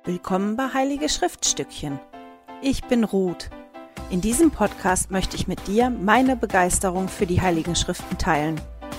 Willkommen bei Heilige Schriftstückchen. Ich bin Ruth. In diesem Podcast möchte ich mit dir meine Begeisterung für die Heiligen Schriften teilen.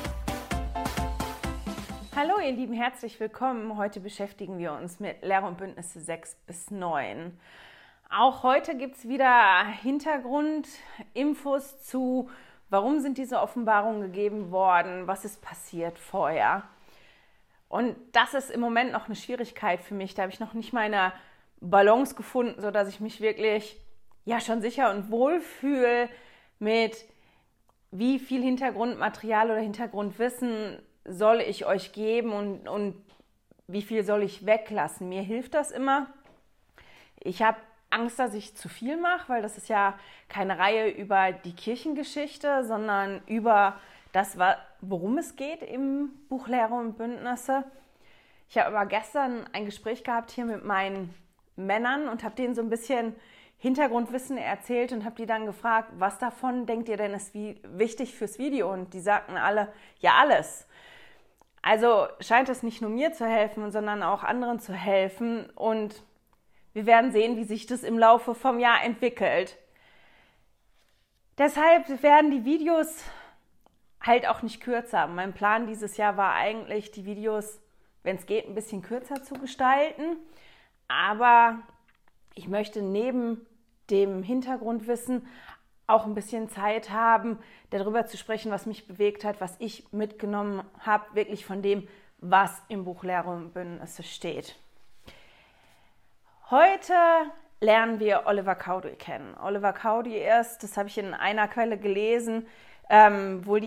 Hallo ihr Lieben, herzlich willkommen. Heute beschäftigen wir uns mit Lehre und Bündnisse 6 bis 9. Auch heute gibt es wieder Hintergrundinfos zu, warum sind diese Offenbarungen gegeben worden, was ist passiert vorher. Und das ist im Moment noch eine Schwierigkeit für mich. Da habe ich noch nicht meine Balance gefunden, sodass ich mich wirklich schon sicher und wohl fühle mit, wie viel Hintergrundmaterial oder Hintergrundwissen soll ich euch geben und wie viel soll ich weglassen. Mir hilft das immer. Ich habe Angst, dass ich zu viel mache, weil das ist ja keine Reihe über die Kirchengeschichte, sondern über das, worum es geht im Buch Lehre und Bündnisse. Ich habe aber gestern ein Gespräch gehabt hier mit meinen Männern und habe denen so ein bisschen Hintergrundwissen erzählt und habe die dann gefragt, was davon denkt ihr denn ist wichtig fürs Video? Und die sagten alle, ja alles. Also scheint es nicht nur mir zu helfen, sondern auch anderen zu helfen. Und wir werden sehen, wie sich das im Laufe vom Jahr entwickelt. Deshalb werden die Videos halt auch nicht kürzer. Mein Plan dieses Jahr war eigentlich, die Videos, wenn es geht, ein bisschen kürzer zu gestalten. Aber ich möchte neben dem Hintergrundwissen auch ein bisschen Zeit haben, darüber zu sprechen, was mich bewegt hat, was ich mitgenommen habe, wirklich von dem, was im Buch Lehre und Bündnisse steht. Heute lernen wir Oliver Cowdery kennen. Oliver Cowdery ist, das habe ich in einer Quelle gelesen, wohl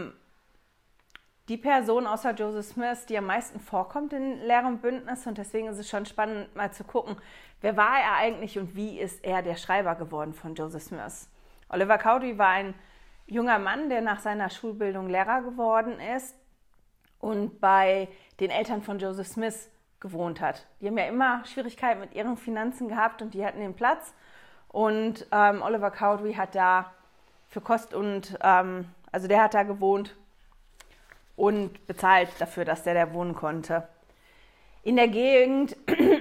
die Person außer Joseph Smith, die am meisten vorkommt in Lehre und Bündnisse. Und deswegen ist es schon spannend, mal zu gucken, wer war er eigentlich und wie ist er der Schreiber geworden von Joseph Smith. Oliver Cowdery war ein junger Mann, der nach seiner Schulbildung Lehrer geworden ist und bei den Eltern von Joseph Smith gewohnt hat. Die haben ja immer Schwierigkeiten mit ihren Finanzen gehabt und die hatten den Platz. Und Oliver Cowdery hat da für Kost und, der hat da gewohnt und bezahlt dafür, dass der da wohnen konnte. In der Gegend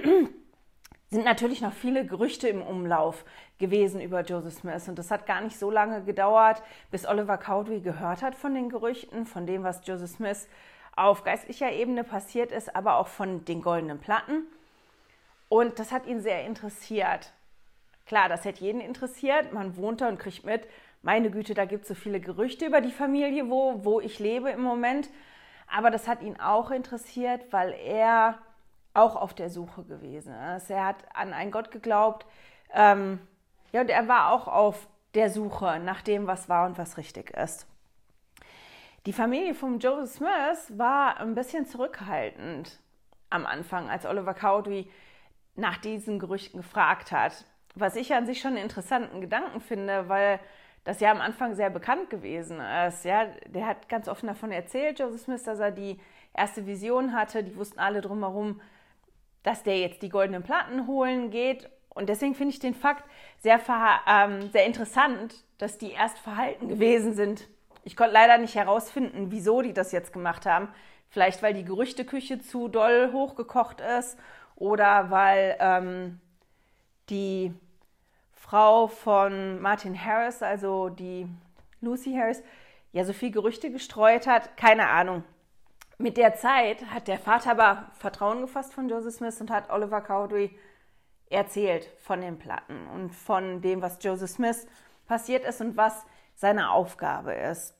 sind natürlich noch viele Gerüchte im Umlauf gewesen über Joseph Smith. Und das hat gar nicht so lange gedauert, bis Oliver Cowdery gehört hat von den Gerüchten, von dem, was Joseph Smith auf geistlicher Ebene passiert ist, aber auch von den goldenen Platten. Und das hat ihn sehr interessiert. Klar, das hätte jeden interessiert. Man wohnt da und kriegt mit, meine Güte, da gibt es so viele Gerüchte über die Familie, wo ich lebe im Moment. Aber das hat ihn auch interessiert, weil er auch auf der Suche gewesen ist. Er hat an einen Gott geglaubt. Und er war auch auf der Suche nach dem, was wahr und was richtig ist. Die Familie von Joseph Smith war ein bisschen zurückhaltend am Anfang, als Oliver Cowdery nach diesen Gerüchten gefragt hat. Was ich an sich schon einen interessanten Gedanken finde, weil das ja am Anfang sehr bekannt gewesen ist. Ja, der hat ganz offen davon erzählt, Joseph Smith, dass er die erste Vision hatte. Die wussten alle drumherum, dass der jetzt die goldenen Platten holen geht. Und deswegen finde ich den Fakt sehr interessant, dass die erst verhalten gewesen sind. Ich konnte leider nicht herausfinden, wieso die das jetzt gemacht haben. Vielleicht, weil die Gerüchteküche zu doll hochgekocht ist oder weil die Frau von Martin Harris, also die Lucy Harris, ja so viel Gerüchte gestreut hat. Keine Ahnung. Mit der Zeit hat der Vater aber Vertrauen gefasst von Joseph Smith und hat Oliver Cowdery erzählt von den Platten und von dem, was Joseph Smith passiert ist und was seine Aufgabe ist.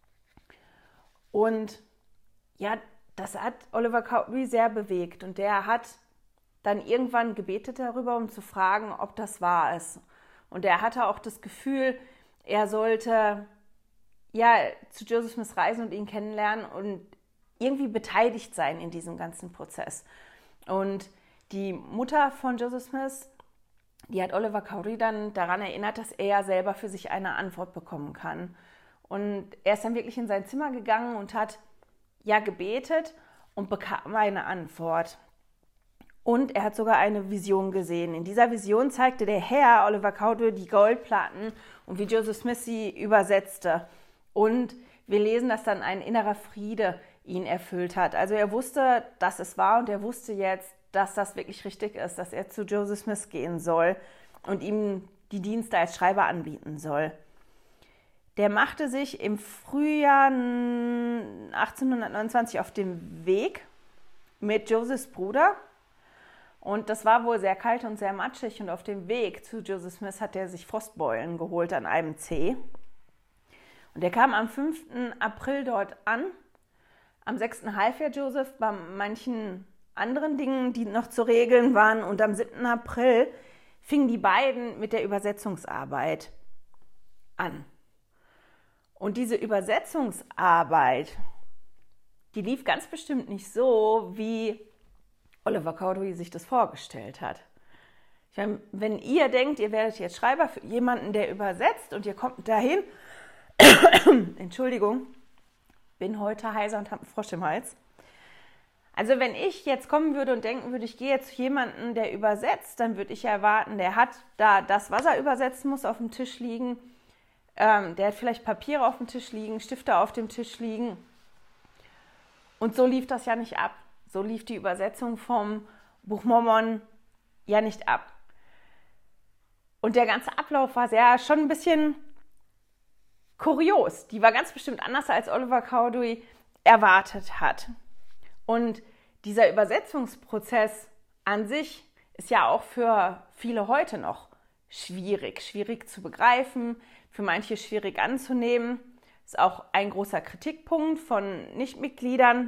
Und ja, das hat Oliver Cowdery sehr bewegt und der hat dann irgendwann gebetet darüber, um zu fragen, ob das wahr ist. Und er hatte auch das Gefühl, er sollte zu Joseph Smith reisen und ihn kennenlernen und irgendwie beteiligt sein in diesem ganzen Prozess. Und die Mutter von Joseph Smith, die hat Oliver Cowdery dann daran erinnert, dass er selber für sich eine Antwort bekommen kann. Und er ist dann wirklich in sein Zimmer gegangen und hat gebetet und bekam eine Antwort. Und er hat sogar eine Vision gesehen. In dieser Vision zeigte der Herr Oliver Cowdery die Goldplatten und wie Joseph Smith sie übersetzte. Und wir lesen, dass dann ein innerer Friede ihn erfüllt hat. Also er wusste, dass es war und er wusste jetzt, dass das wirklich richtig ist, dass er zu Joseph Smith gehen soll und ihm die Dienste als Schreiber anbieten soll. Der machte sich im Frühjahr 1829 auf den Weg mit Josephs Bruder. Und das war wohl sehr kalt und sehr matschig. Und auf dem Weg zu Joseph Smith hat er sich Frostbeulen geholt an einem Zeh. Und er kam am 5. April dort an. Am 6. half er Joseph bei manchen anderen Dingen, die noch zu regeln waren. Und am 7. April fingen die beiden mit der Übersetzungsarbeit an. Und diese Übersetzungsarbeit, die lief ganz bestimmt nicht so, wie Oliver Cowdery sich das vorgestellt hat. Ich meine, wenn ihr denkt, ihr werdet jetzt Schreiber für jemanden, der übersetzt und ihr kommt dahin, Entschuldigung, bin heute heiser und habe einen Frosch im Hals. Also wenn ich jetzt kommen würde und denken würde, ich gehe jetzt zu jemandem, der übersetzt, dann würde ich erwarten, der hat da das, was er übersetzen muss, auf dem Tisch liegen. Der hat vielleicht Papiere auf dem Tisch liegen, Stifte auf dem Tisch liegen. Und so lief das ja nicht ab. So lief die Übersetzung vom Buch Mormon ja nicht ab. Und der ganze Ablauf war schon ein bisschen kurios. Die war ganz bestimmt anders, als Oliver Cowdery erwartet hat. Und dieser Übersetzungsprozess an sich ist ja auch für viele heute noch schwierig zu begreifen, für manche schwierig anzunehmen. Ist auch ein großer Kritikpunkt von Nichtmitgliedern,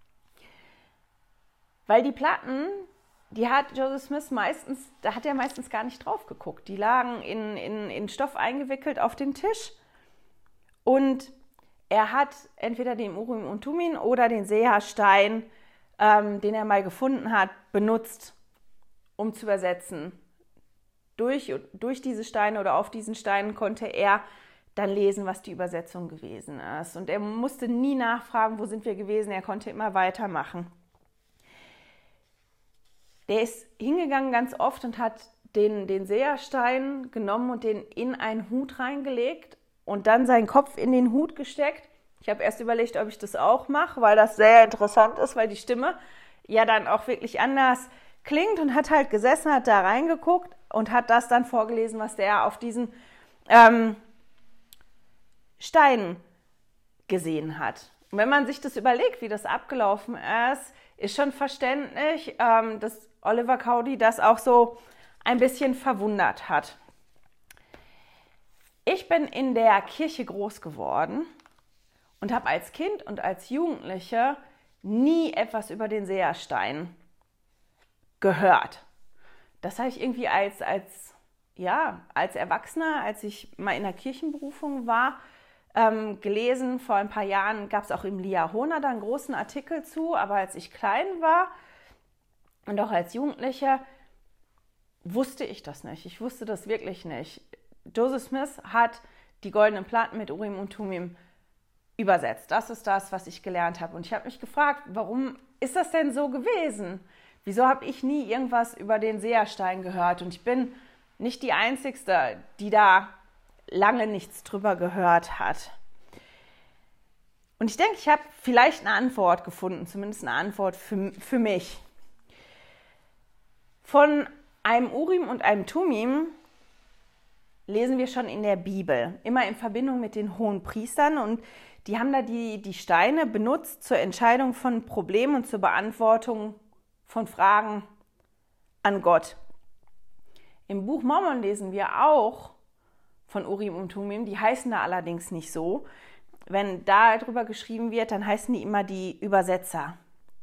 weil die Platten, die hat Joseph Smith da hat er meistens gar nicht drauf geguckt. Die lagen in Stoff eingewickelt auf dem Tisch und er hat entweder den Urim und Tumim oder den Seherstein, den er mal gefunden hat, benutzt, um zu übersetzen. Durch diese Steine oder auf diesen Steinen konnte er dann lesen, was die Übersetzung gewesen ist. Und er musste nie nachfragen, wo sind wir gewesen, er konnte immer weitermachen. Der ist hingegangen ganz oft und hat den Seherstein genommen und den in einen Hut reingelegt und dann seinen Kopf in den Hut gesteckt. Ich habe erst überlegt, ob ich das auch mache, weil das sehr interessant ist, weil die Stimme ja dann auch wirklich anders klingt, und hat halt gesessen, hat da reingeguckt und hat das dann vorgelesen, was der auf diesen Steinen gesehen hat. Und wenn man sich das überlegt, wie das abgelaufen ist schon verständlich, dass Oliver Cowdery das auch so ein bisschen verwundert hat. Ich bin in der Kirche groß geworden und habe als Kind und als Jugendliche nie etwas über den Seherstein gehört. Das habe ich irgendwie als Erwachsener, als ich mal in der Kirchenberufung war, gelesen. Vor ein paar Jahren gab es auch im Liahona da einen großen Artikel zu, aber als ich klein war und auch als Jugendliche, wusste ich das nicht. Ich wusste das wirklich nicht. Joseph Smith hat die goldenen Platten mit Urim und Tumim übersetzt. Das ist das, was ich gelernt habe. Und ich habe mich gefragt, warum ist das denn so gewesen? Wieso habe ich nie irgendwas über den Seherstein gehört? Und ich bin nicht die Einzige, die da lange nichts drüber gehört hat. Und ich denke, ich habe vielleicht eine Antwort gefunden, zumindest eine Antwort für mich. Von einem Urim und einem Tumim lesen wir schon in der Bibel, immer in Verbindung mit den hohen Priestern, und die haben da die Steine benutzt zur Entscheidung von Problemen und zur Beantwortung von Fragen an Gott. Im Buch Mormon lesen wir auch von Urim und Tumim, die heißen da allerdings nicht so. Wenn da drüber geschrieben wird, dann heißen die immer die Übersetzer.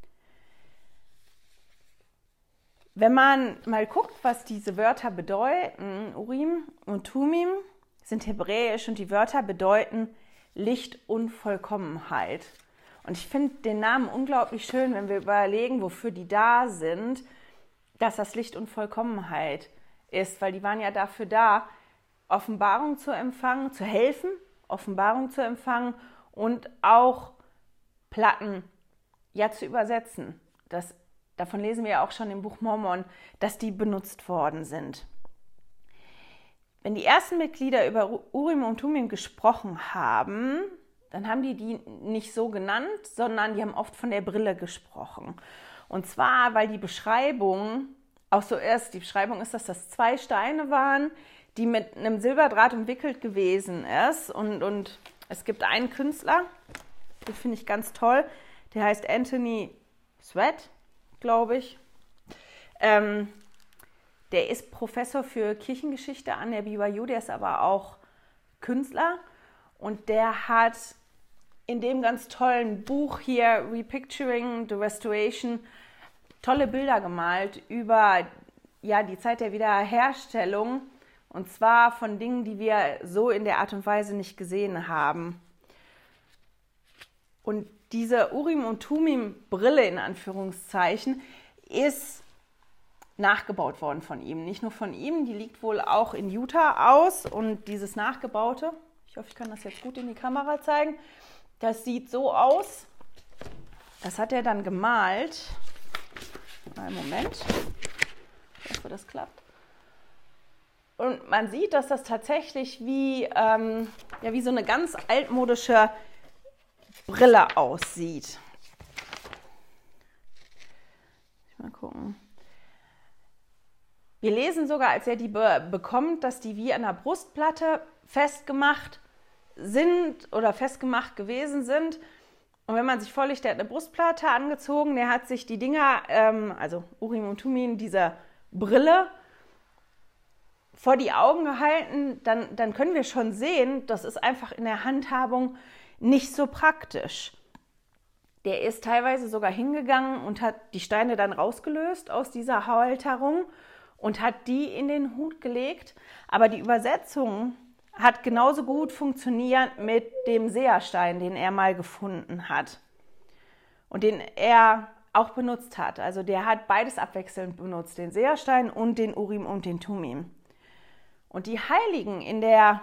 Wenn man mal guckt, was diese Wörter bedeuten, Urim und Tumim sind hebräisch und die Wörter bedeuten Licht und Vollkommenheit. Und ich finde den Namen unglaublich schön, wenn wir überlegen, wofür die da sind, dass das Licht und Vollkommenheit ist, weil die waren ja dafür da, Offenbarung zu empfangen, zu helfen, Offenbarung zu empfangen und auch Platten zu übersetzen. Davon lesen wir ja auch schon im Buch Mormon, dass die benutzt worden sind. Wenn die ersten Mitglieder über Urim und Tumim gesprochen haben, dann haben die nicht so genannt, sondern die haben oft von der Brille gesprochen. Und zwar, weil die Beschreibung auch so ist. Die Beschreibung ist, dass das 2 Steine waren, die mit einem Silberdraht umwickelt gewesen ist. Und es gibt einen Künstler, den finde ich ganz toll, der heißt Anthony Sweat, glaube ich. Der ist Professor für Kirchengeschichte an der BYU, der ist aber auch Künstler. Und der hat in dem ganz tollen Buch hier, Repicturing the Restoration, tolle Bilder gemalt über die Zeit der Wiederherstellung. Und zwar von Dingen, die wir so in der Art und Weise nicht gesehen haben. Und diese Urim und Tumim Brille in Anführungszeichen ist nachgebaut worden von ihm. Nicht nur von ihm, die liegt wohl auch in Utah aus. Und dieses Nachgebaute, ich hoffe, ich kann das jetzt gut in die Kamera zeigen, das sieht so aus. Das hat er dann gemalt. Einen Moment. Ich hoffe, das klappt. Und man sieht, dass das tatsächlich wie so eine ganz altmodische Brille aussieht. Mal gucken. Wir lesen sogar, als er die bekommt, dass die wie an der Brustplatte festgemacht sind oder festgemacht gewesen sind. Und wenn man sich vorstellt, der hat eine Brustplatte angezogen, der hat sich die Dinger, also Urim und Tumim, diese Brille, vor die Augen gehalten, dann können wir schon sehen, das ist einfach in der Handhabung nicht so praktisch. Der ist teilweise sogar hingegangen und hat die Steine dann rausgelöst aus dieser Halterung und hat die in den Hut gelegt. Aber die Übersetzung hat genauso gut funktioniert mit dem Seherstein, den er mal gefunden hat und den er auch benutzt hat. Also der hat beides abwechselnd benutzt, den Seherstein und den Urim und den Tumim. Und die Heiligen in der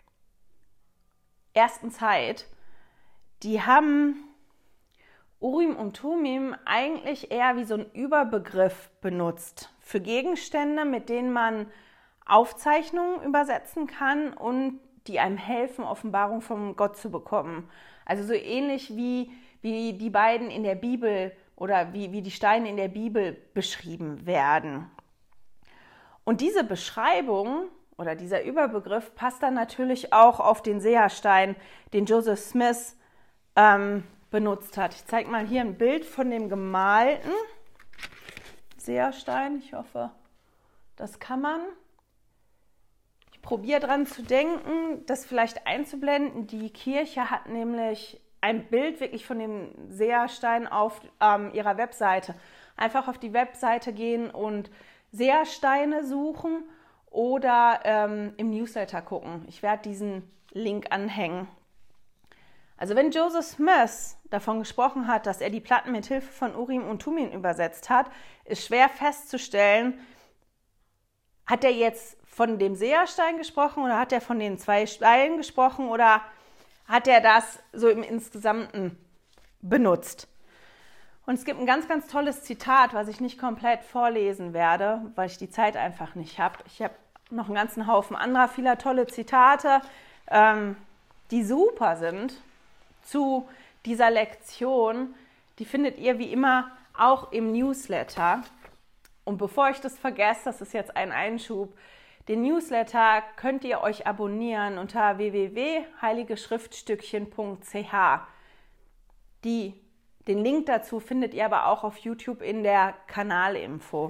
ersten Zeit, die haben Urim und Tumim eigentlich eher wie so ein Überbegriff benutzt für Gegenstände, mit denen man Aufzeichnungen übersetzen kann und die einem helfen, Offenbarung von Gott zu bekommen. Also so ähnlich wie die beiden in der Bibel oder wie die Steine in der Bibel beschrieben werden. Und diese Beschreibung oder dieser Überbegriff passt dann natürlich auch auf den Seherstein, den Joseph Smith benutzt hat. Ich zeige mal hier ein Bild von dem gemalten Seherstein. Ich hoffe, das kann man. Ich probiere dran zu denken, das vielleicht einzublenden. Die Kirche hat nämlich ein Bild wirklich von dem Seherstein auf ihrer Webseite. Einfach auf die Webseite gehen und Sehersteine suchen oder im Newsletter gucken. Ich werde diesen Link anhängen. Also wenn Joseph Smith davon gesprochen hat, dass er die Platten mit Hilfe von Urim und Tumim übersetzt hat, ist schwer festzustellen, hat er jetzt von dem Seherstein gesprochen oder hat er von den 2 Steinen gesprochen oder hat er das so im Insgesamten benutzt? Und es gibt ein ganz, ganz tolles Zitat, was ich nicht komplett vorlesen werde, weil ich die Zeit einfach nicht habe. Ich habe noch einen ganzen Haufen anderer vieler tolle Zitate, die super sind zu dieser Lektion. Die findet ihr wie immer auch im Newsletter. Und bevor ich das vergesse, das ist jetzt ein Einschub, den Newsletter könnt ihr euch abonnieren unter www.heiligeschriftstückchen.ch. Den Link dazu findet ihr aber auch auf YouTube in der Kanalinfo.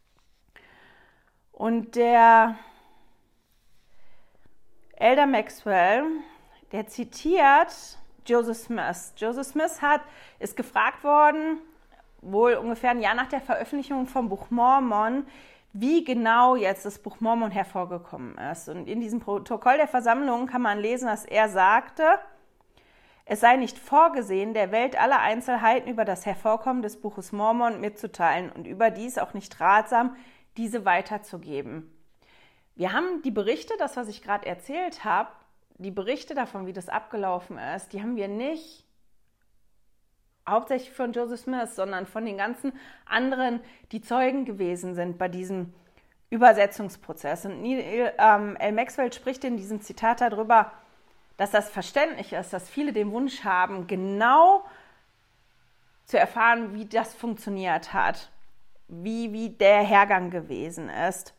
Und der Elder Maxwell, der zitiert Joseph Smith. Joseph Smith ist gefragt worden, wohl ungefähr ein Jahr nach der Veröffentlichung vom Buch Mormon, wie genau jetzt das Buch Mormon hervorgekommen ist. Und in diesem Protokoll der Versammlung kann man lesen, dass er sagte, es sei nicht vorgesehen, der Welt alle Einzelheiten über das Hervorkommen des Buches Mormon mitzuteilen und überdies auch nicht ratsam, diese weiterzugeben. Wir haben die Berichte, das, was ich gerade erzählt habe, die Berichte davon, wie das abgelaufen ist, die haben wir nicht hauptsächlich von Joseph Smith, sondern von den ganzen anderen, die Zeugen gewesen sind bei diesem Übersetzungsprozess. Und L. Maxwell spricht in diesem Zitat darüber, dass das verständlich ist, dass viele den Wunsch haben, genau zu erfahren, wie das funktioniert hat, wie der Hergang gewesen ist.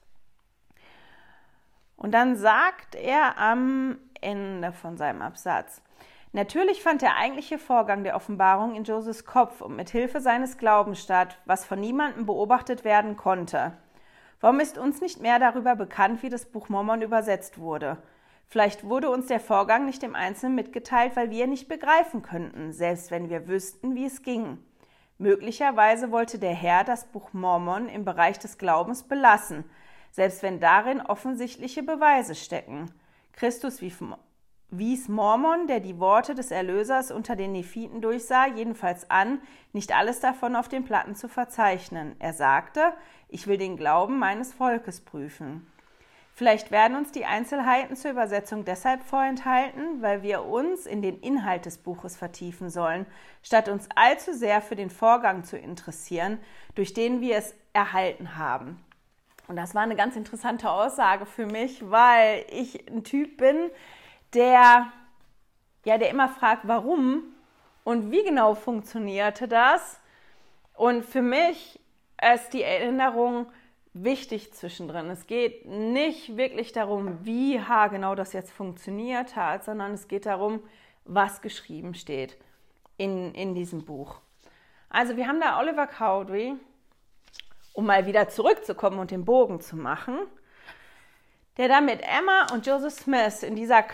Und dann sagt er am Ende von seinem Absatz: Natürlich fand der eigentliche Vorgang der Offenbarung in Josephs Kopf und mit Hilfe seines Glaubens statt, was von niemandem beobachtet werden konnte. Warum ist uns nicht mehr darüber bekannt, wie das Buch Mormon übersetzt wurde? Vielleicht wurde uns der Vorgang nicht im Einzelnen mitgeteilt, weil wir ihn nicht begreifen könnten, selbst wenn wir wüssten, wie es ging. Möglicherweise wollte der Herr das Buch Mormon im Bereich des Glaubens belassen, selbst wenn darin offensichtliche Beweise stecken. Christus wies Mormon, der die Worte des Erlösers unter den Nephiten durchsah, jedenfalls an, nicht alles davon auf den Platten zu verzeichnen. Er sagte: Ich will den Glauben meines Volkes prüfen. Vielleicht werden uns die Einzelheiten zur Übersetzung deshalb vorenthalten, weil wir uns in den Inhalt des Buches vertiefen sollen, statt uns allzu sehr für den Vorgang zu interessieren, durch den wir es erhalten haben. Und das war eine ganz interessante Aussage für mich, weil ich ein Typ bin, der immer fragt, warum und wie genau funktionierte das. Und für mich ist die Erinnerung wichtig zwischendrin. Es geht nicht wirklich darum, wie haargenau das jetzt funktioniert hat, sondern es geht darum, was geschrieben steht in diesem Buch. Also wir haben da Oliver Cowdery, um mal wieder zurückzukommen und den Bogen zu machen, der da mit Emma und Joseph Smith in diesem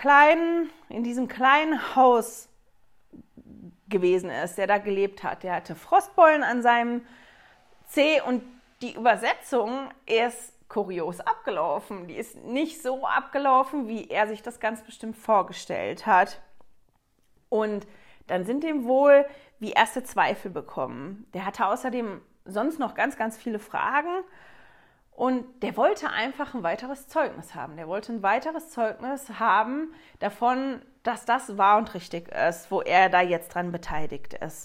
kleinen Haus gewesen ist, der da gelebt hat. Der hatte Frostbeulen an seinem Zeh und die Übersetzung ist kurios abgelaufen. Die ist nicht so abgelaufen, wie er sich das ganz bestimmt vorgestellt hat. Und dann sind ihm wohl wie erste Zweifel bekommen. Der hatte außerdem sonst noch ganz, ganz viele Fragen. Und der wollte einfach ein weiteres Zeugnis haben. Der wollte ein weiteres Zeugnis haben davon, dass das wahr und richtig ist, wo er da jetzt dran beteiligt ist.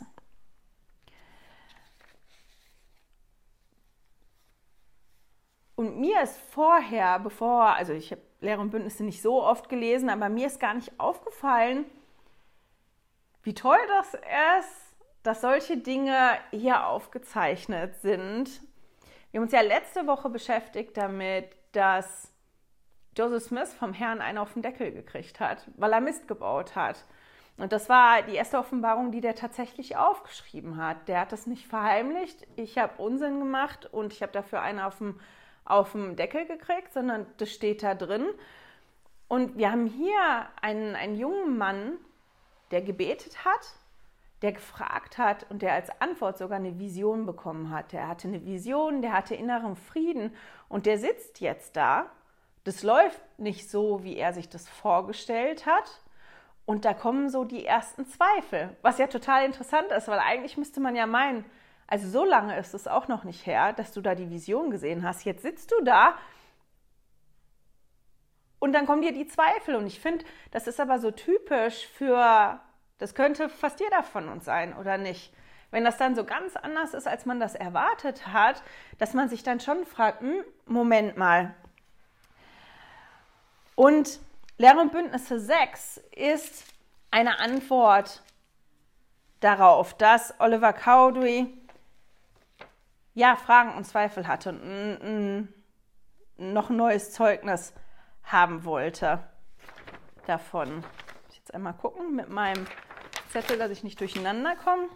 Und mir ist vorher, also ich habe Lehre und Bündnisse nicht so oft gelesen, aber mir ist gar nicht aufgefallen, wie toll das ist, dass solche Dinge hier aufgezeichnet sind. Wir haben uns ja letzte Woche beschäftigt damit, dass Joseph Smith vom Herrn einen auf den Deckel gekriegt hat, weil er Mist gebaut hat. Und das war die erste Offenbarung, die der tatsächlich aufgeschrieben hat. Der hat das nicht verheimlicht. Ich habe Unsinn gemacht und ich habe dafür einen auf den Deckel gekriegt, sondern das steht da drin. Und wir haben hier einen jungen Mann, der gebetet hat, der gefragt hat und der als Antwort sogar eine Vision bekommen hat. Der hatte eine Vision, der hatte inneren Frieden und der sitzt jetzt da. Das läuft nicht so, wie er sich das vorgestellt hat. Und da kommen so die ersten Zweifel, was ja total interessant ist, weil eigentlich müsste man ja meinen, also so lange ist es auch noch nicht her, dass du da die Vision gesehen hast. Jetzt sitzt du da und dann kommen dir die Zweifel. Und ich finde, das ist aber so typisch das könnte fast jeder von uns sein, oder nicht? Wenn das dann so ganz anders ist, als man das erwartet hat, dass man sich dann schon fragt, Moment mal. Und Lehre und Bündnisse 6 ist eine Antwort darauf, dass Oliver Cowdery Fragen und Zweifel hatte und noch ein neues Zeugnis haben wollte davon. Ich muss jetzt einmal gucken mit meinem Zettel, dass ich nicht durcheinander komme.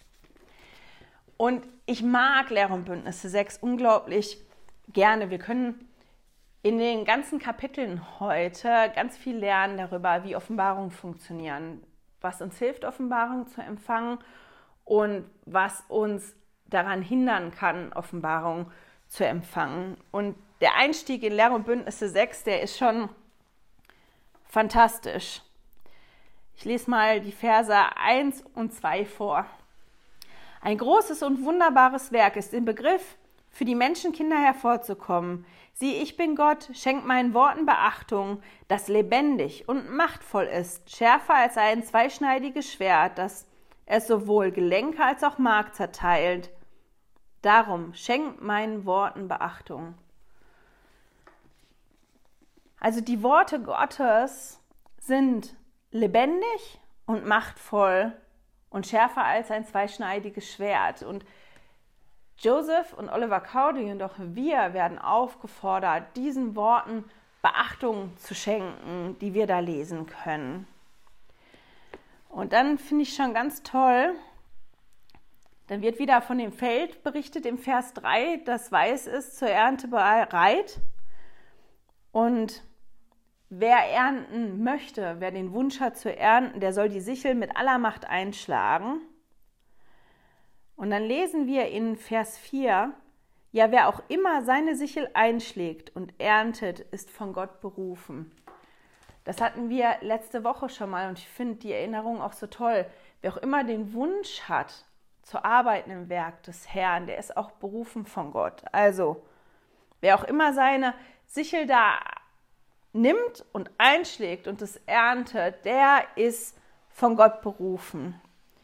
Und ich mag Lehre und Bündnisse 6 unglaublich gerne. Wir können in den ganzen Kapiteln heute ganz viel lernen darüber, wie Offenbarungen funktionieren, was uns hilft, Offenbarungen zu empfangen und was uns daran hindern kann, Offenbarung zu empfangen. Und der Einstieg in Lehre und Bündnisse 6, der ist schon fantastisch. Ich lese mal die Verse 1 und 2 vor. Ein großes und wunderbares Werk ist im Begriff, für die Menschenkinder hervorzukommen. Sieh, ich bin Gott, schenk meinen Worten Beachtung, das lebendig und machtvoll ist, schärfer als ein zweischneidiges Schwert, das es sowohl Gelenke als auch Mark zerteilt. Darum schenkt meinen Worten Beachtung. Also die Worte Gottes sind lebendig und machtvoll und schärfer als ein zweischneidiges Schwert. Und Joseph und Oliver Cowdery und auch wir werden aufgefordert, diesen Worten Beachtung zu schenken, die wir da lesen können. Und dann finde ich schon ganz toll, dann wird wieder von dem Feld berichtet im Vers 3, das weiß ist, zur Ernte bereit. Und wer ernten möchte, wer den Wunsch hat zu ernten, der soll die Sichel mit aller Macht einschlagen. Und dann lesen wir in Vers 4, ja, wer auch immer seine Sichel einschlägt und erntet, ist von Gott berufen. Das hatten wir letzte Woche schon mal und ich finde die Erinnerung auch so toll. Wer auch immer den Wunsch hat, zu arbeiten im Werk des Herrn, der ist auch berufen von Gott. Also, wer auch immer seine Sichel da nimmt und einschlägt und es erntet, der ist von Gott berufen.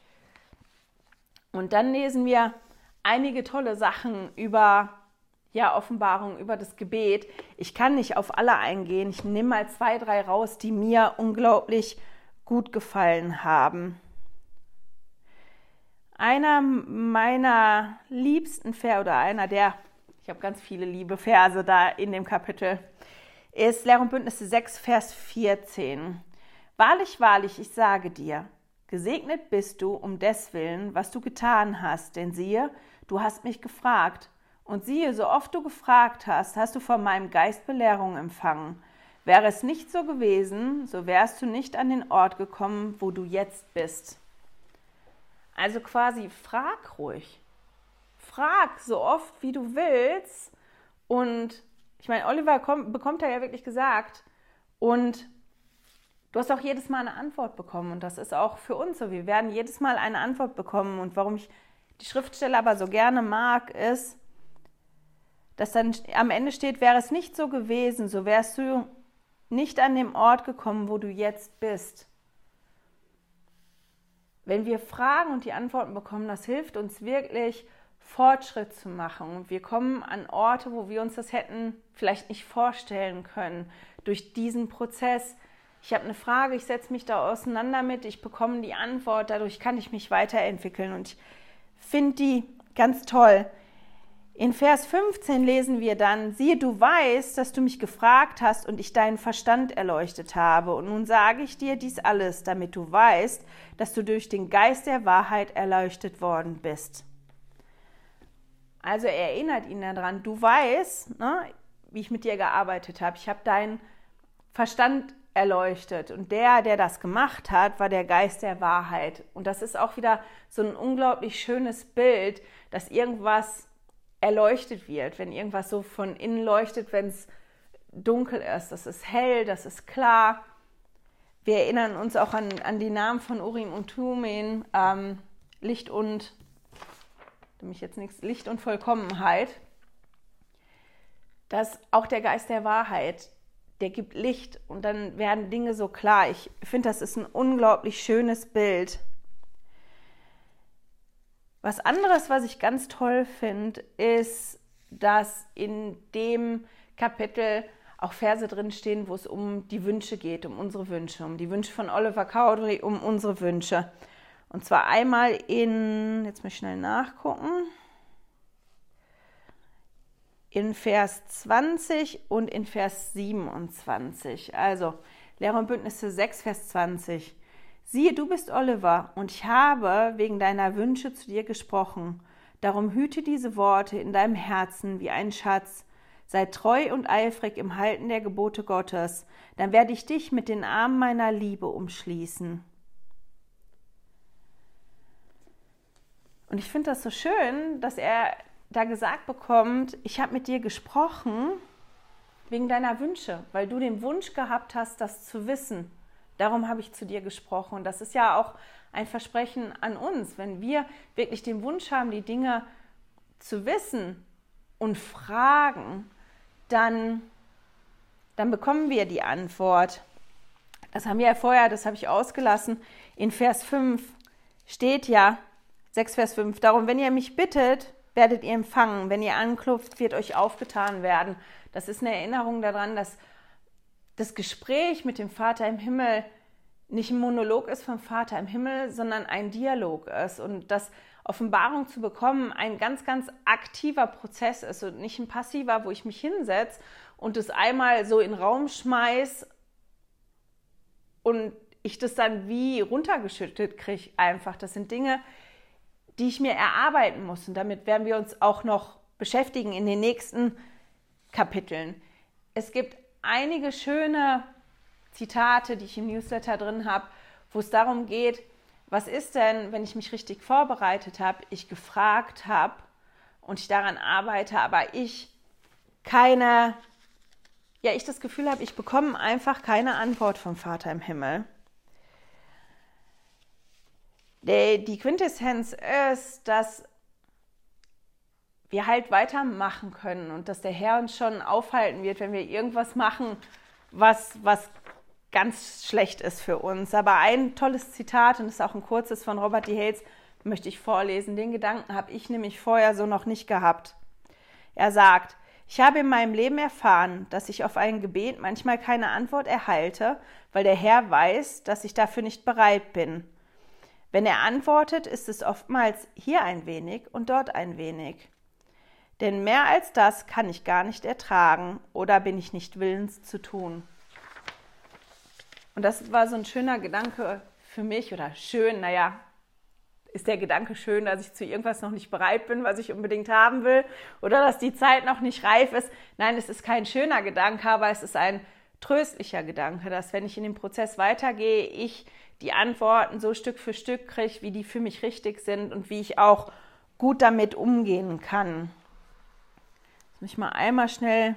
Und dann lesen wir einige tolle Sachen über Offenbarung, über das Gebet. Ich kann nicht auf alle eingehen. Ich nehme mal 2, 3 raus, die mir unglaublich gut gefallen haben. Einer meiner liebsten Verse oder ich habe ganz viele liebe Verse da in dem Kapitel, ist Lehr und Bündnisse 6, Vers 14. Wahrlich, wahrlich, ich sage dir, gesegnet bist du um deswillen, was du getan hast, denn siehe, du hast mich gefragt. Und siehe, so oft du gefragt hast, hast du von meinem Geist Belehrung empfangen. Wäre es nicht so gewesen, so wärst du nicht an den Ort gekommen, wo du jetzt bist. Also quasi frag ruhig. Frag so oft, wie du willst. Und ich meine, Oliver bekommt ja wirklich gesagt. Und du hast auch jedes Mal eine Antwort bekommen. Und das ist auch für uns so. Wir werden jedes Mal eine Antwort bekommen. Und warum ich die Schriftstelle aber so gerne mag, ist, dass dann am Ende steht, wäre es nicht so gewesen, so wärst du nicht an dem Ort gekommen, wo du jetzt bist. Wenn wir fragen und die Antworten bekommen, das hilft uns wirklich, Fortschritt zu machen. Und wir kommen an Orte, wo wir uns das hätten vielleicht nicht vorstellen können, durch diesen Prozess. Ich habe eine Frage, ich setze mich da auseinander mit, ich bekomme die Antwort, dadurch kann ich mich weiterentwickeln. Und ich finde die ganz toll. In Vers 15 lesen wir dann, siehe, du weißt, dass du mich gefragt hast und ich deinen Verstand erleuchtet habe. Und nun sage ich dir dies alles, damit du weißt, dass du durch den Geist der Wahrheit erleuchtet worden bist. Also erinnert ihn daran, du weißt, wie ich mit dir gearbeitet habe. Ich habe deinen Verstand erleuchtet. Und der das gemacht hat, war der Geist der Wahrheit. Und das ist auch wieder so ein unglaublich schönes Bild, dass irgendwas erleuchtet wird, wenn irgendwas so von innen leuchtet, wenn es dunkel ist. Das ist hell, das ist klar. Wir erinnern uns auch an die Namen von Urim und Thummim, Licht und Vollkommenheit. Dass auch der Geist der Wahrheit, der gibt Licht und dann werden Dinge so klar. Ich finde, das ist ein unglaublich schönes Bild. Was anderes, was ich ganz toll finde, ist, dass in dem Kapitel auch Verse drinstehen, wo es um die Wünsche geht, um unsere Wünsche, um die Wünsche von Oliver Cowdery, um unsere Wünsche. Und zwar einmal jetzt muss ich schnell nachgucken, in Vers 20 und in Vers 27. Also Lehr und Bündnisse 6, Vers 20. Siehe, du bist Oliver, und ich habe wegen deiner Wünsche zu dir gesprochen. Darum hüte diese Worte in deinem Herzen wie ein Schatz. Sei treu und eifrig im Halten der Gebote Gottes. Dann werde ich dich mit den Armen meiner Liebe umschließen. Und ich finde das so schön, dass er da gesagt bekommt, ich habe mit dir gesprochen wegen deiner Wünsche, weil du den Wunsch gehabt hast, das zu wissen. Darum habe ich zu dir gesprochen. Und das ist ja auch ein Versprechen an uns. Wenn wir wirklich den Wunsch haben, die Dinge zu wissen und fragen, dann bekommen wir die Antwort. Das haben wir ja vorher, das habe ich ausgelassen. In Vers 5 steht ja, 6 Vers 5, darum, wenn ihr mich bittet, werdet ihr empfangen. Wenn ihr anklopft, wird euch aufgetan werden. Das ist eine Erinnerung daran, dass das Gespräch mit dem Vater im Himmel nicht ein Monolog ist vom Vater im Himmel, sondern ein Dialog ist und dass Offenbarung zu bekommen ein ganz, ganz aktiver Prozess ist und nicht ein passiver, wo ich mich hinsetze und das einmal so in den Raum schmeiß und ich das dann wie runtergeschüttet kriege einfach. Das sind Dinge, die ich mir erarbeiten muss und damit werden wir uns auch noch beschäftigen in den nächsten Kapiteln. Es gibt einige schöne Zitate, die ich im Newsletter drin habe, wo es darum geht, was ist denn, wenn ich mich richtig vorbereitet habe, ich gefragt habe und ich daran arbeite, aber ich das Gefühl habe, ich bekomme einfach keine Antwort vom Vater im Himmel. Die Quintessenz ist, dass wir halt weitermachen können und dass der Herr uns schon aufhalten wird, wenn wir irgendwas machen, was ganz schlecht ist für uns. Aber ein tolles Zitat, und das ist auch ein kurzes von Robert D. Hales, möchte ich vorlesen. Den Gedanken habe ich nämlich vorher so noch nicht gehabt. Er sagt, ich habe in meinem Leben erfahren, dass ich auf ein Gebet manchmal keine Antwort erhalte, weil der Herr weiß, dass ich dafür nicht bereit bin. Wenn er antwortet, ist es oftmals hier ein wenig und dort ein wenig. Denn mehr als das kann ich gar nicht ertragen oder bin ich nicht willens zu tun. Und das war so ein schöner Gedanke für mich, oder schön, naja, ist der Gedanke schön, dass ich zu irgendwas noch nicht bereit bin, was ich unbedingt haben will, oder dass die Zeit noch nicht reif ist. Nein, es ist kein schöner Gedanke, aber es ist ein tröstlicher Gedanke, dass wenn ich in den Prozess weitergehe, ich die Antworten so Stück für Stück kriege, wie die für mich richtig sind und wie ich auch gut damit umgehen kann. Jetzt muss ich mal einmal schnell.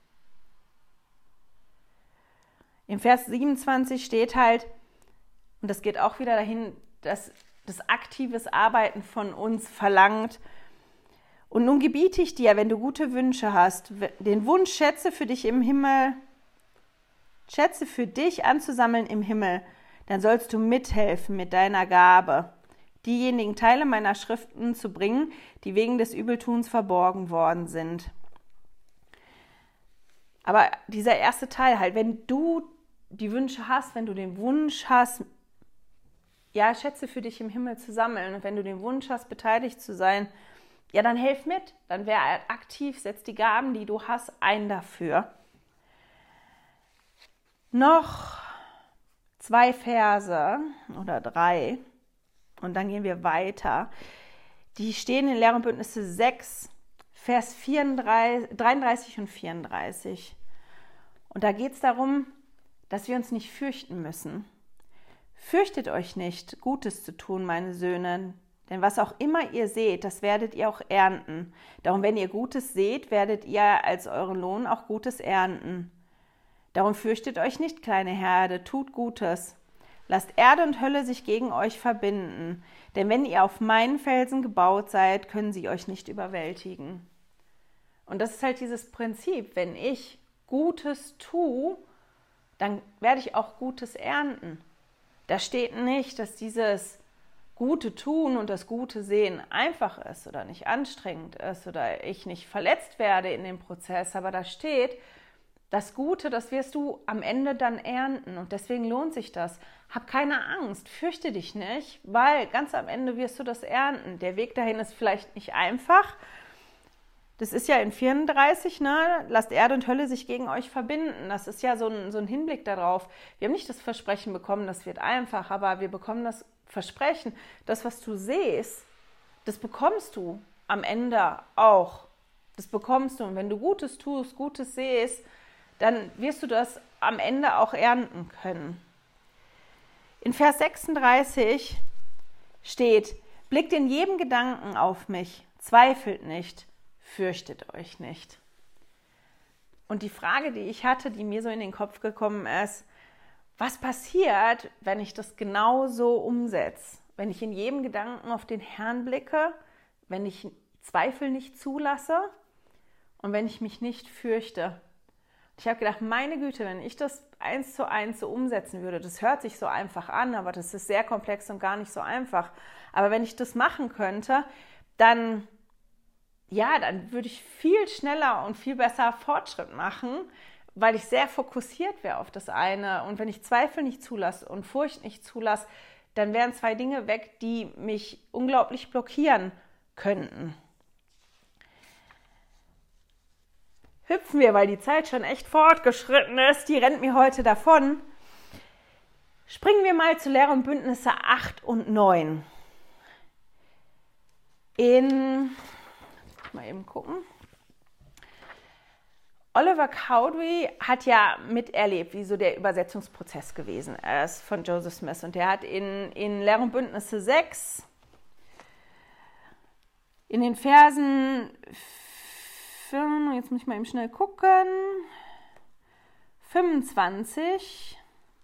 Im Vers 27 steht halt, und das geht auch wieder dahin, dass das aktives Arbeiten von uns verlangt. Und nun gebiete ich dir, wenn du gute Wünsche hast, den Wunsch, Schätze für dich anzusammeln im Himmel, dann sollst du mithelfen mit deiner Gabe, diejenigen Teile meiner Schriften zu bringen, die wegen des Übeltuns verborgen worden sind. Aber dieser erste Teil halt, wenn du die Wünsche hast, wenn du den Wunsch hast, ja, Schätze für dich im Himmel zu sammeln, und wenn du den Wunsch hast, beteiligt zu sein, ja, dann helf mit, dann wär aktiv, setz die Gaben, die du hast, ein dafür. Noch 2 Verse oder 3 und dann gehen wir weiter. Die stehen in Lehre und Bündnisse 6, Vers 33 und 34. Und da geht es darum, dass wir uns nicht fürchten müssen. Fürchtet euch nicht, Gutes zu tun, meine Söhne, denn was auch immer ihr seht, das werdet ihr auch ernten. Darum, wenn ihr Gutes seht, werdet ihr als euren Lohn auch Gutes ernten. Darum fürchtet euch nicht, kleine Herde, tut Gutes. Lasst Erde und Hölle sich gegen euch verbinden, denn wenn ihr auf meinen Felsen gebaut seid, können sie euch nicht überwältigen. Und das ist halt dieses Prinzip, wenn ich Gutes tue, dann werde ich auch Gutes ernten. Da steht nicht, dass dieses Gute tun und das Gute sehen einfach ist oder nicht anstrengend ist oder ich nicht verletzt werde in dem Prozess, aber da steht, das Gute, das wirst du am Ende dann ernten und deswegen lohnt sich das. Hab keine Angst, fürchte dich nicht, weil ganz am Ende wirst du das ernten. Der Weg dahin ist vielleicht nicht einfach. Das ist ja in 34, ne? Lasst Erde und Hölle sich gegen euch verbinden. Das ist ja so ein Hinblick darauf. Wir haben nicht das Versprechen bekommen, das wird einfach, aber wir bekommen das Versprechen, das, was du siehst, das bekommst du am Ende auch. Das bekommst du. Und wenn du Gutes tust, Gutes siehst, dann wirst du das am Ende auch ernten können. In Vers 36 steht, blickt in jedem Gedanken auf mich, zweifelt nicht, fürchtet euch nicht. Und die Frage, die ich hatte, die mir so in den Kopf gekommen ist, was passiert, wenn ich das genau so umsetze? Wenn ich in jedem Gedanken auf den Herrn blicke, wenn ich Zweifel nicht zulasse und wenn ich mich nicht fürchte. Ich habe gedacht, meine Güte, wenn ich das 1:1 so umsetzen würde, das hört sich so einfach an, aber das ist sehr komplex und gar nicht so einfach. Aber wenn ich das machen könnte, dann würde ich viel schneller und viel besser Fortschritt machen, weil ich sehr fokussiert wäre auf das eine. Und wenn ich Zweifel nicht zulasse und Furcht nicht zulasse, dann wären 2 Dinge weg, die mich unglaublich blockieren könnten. Hüpfen wir, weil die Zeit schon echt fortgeschritten ist. Die rennt mir heute davon. Springen wir mal zu Lehre und Bündnisse 8 und 9. Mal eben gucken. Oliver Cowdery hat ja miterlebt, wie so der Übersetzungsprozess gewesen ist von Joseph Smith. Und der hat in Lehre und Bündnisse 6 in den Versen, jetzt muss ich mal eben schnell gucken, 25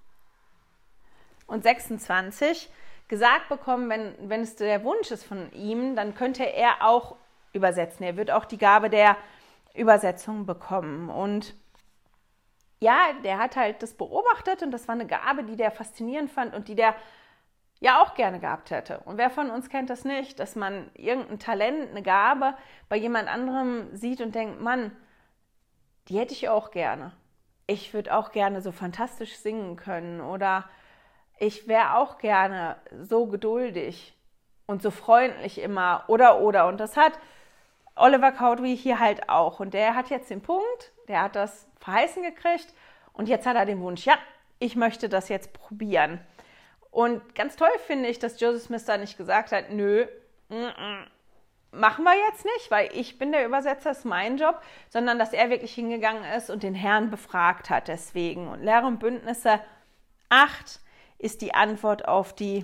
und 26 gesagt bekommen, wenn es der Wunsch ist von ihm, dann könnte er auch übersetzen. Er wird auch die Gabe der Übersetzung bekommen. Und ja, der hat halt das beobachtet und das war eine Gabe, die der faszinierend fand und die der ja auch gerne gehabt hätte. Und wer von uns kennt das nicht, dass man irgendein Talent, eine Gabe bei jemand anderem sieht und denkt, Mann, die hätte ich auch gerne. Ich würde auch gerne so fantastisch singen können oder ich wäre auch gerne so geduldig und so freundlich immer oder. Und das hat Oliver Cowdery hier halt auch. Und der hat jetzt den Punkt, der hat das verheißen gekriegt und jetzt hat er den Wunsch, ja, ich möchte das jetzt probieren. Und ganz toll finde ich, dass Joseph Smith da nicht gesagt hat, nö, machen wir jetzt nicht, weil ich bin der Übersetzer, ist mein Job, sondern dass er wirklich hingegangen ist und den Herrn befragt hat deswegen. Und Lehre und Bündnisse 8 ist die Antwort auf diese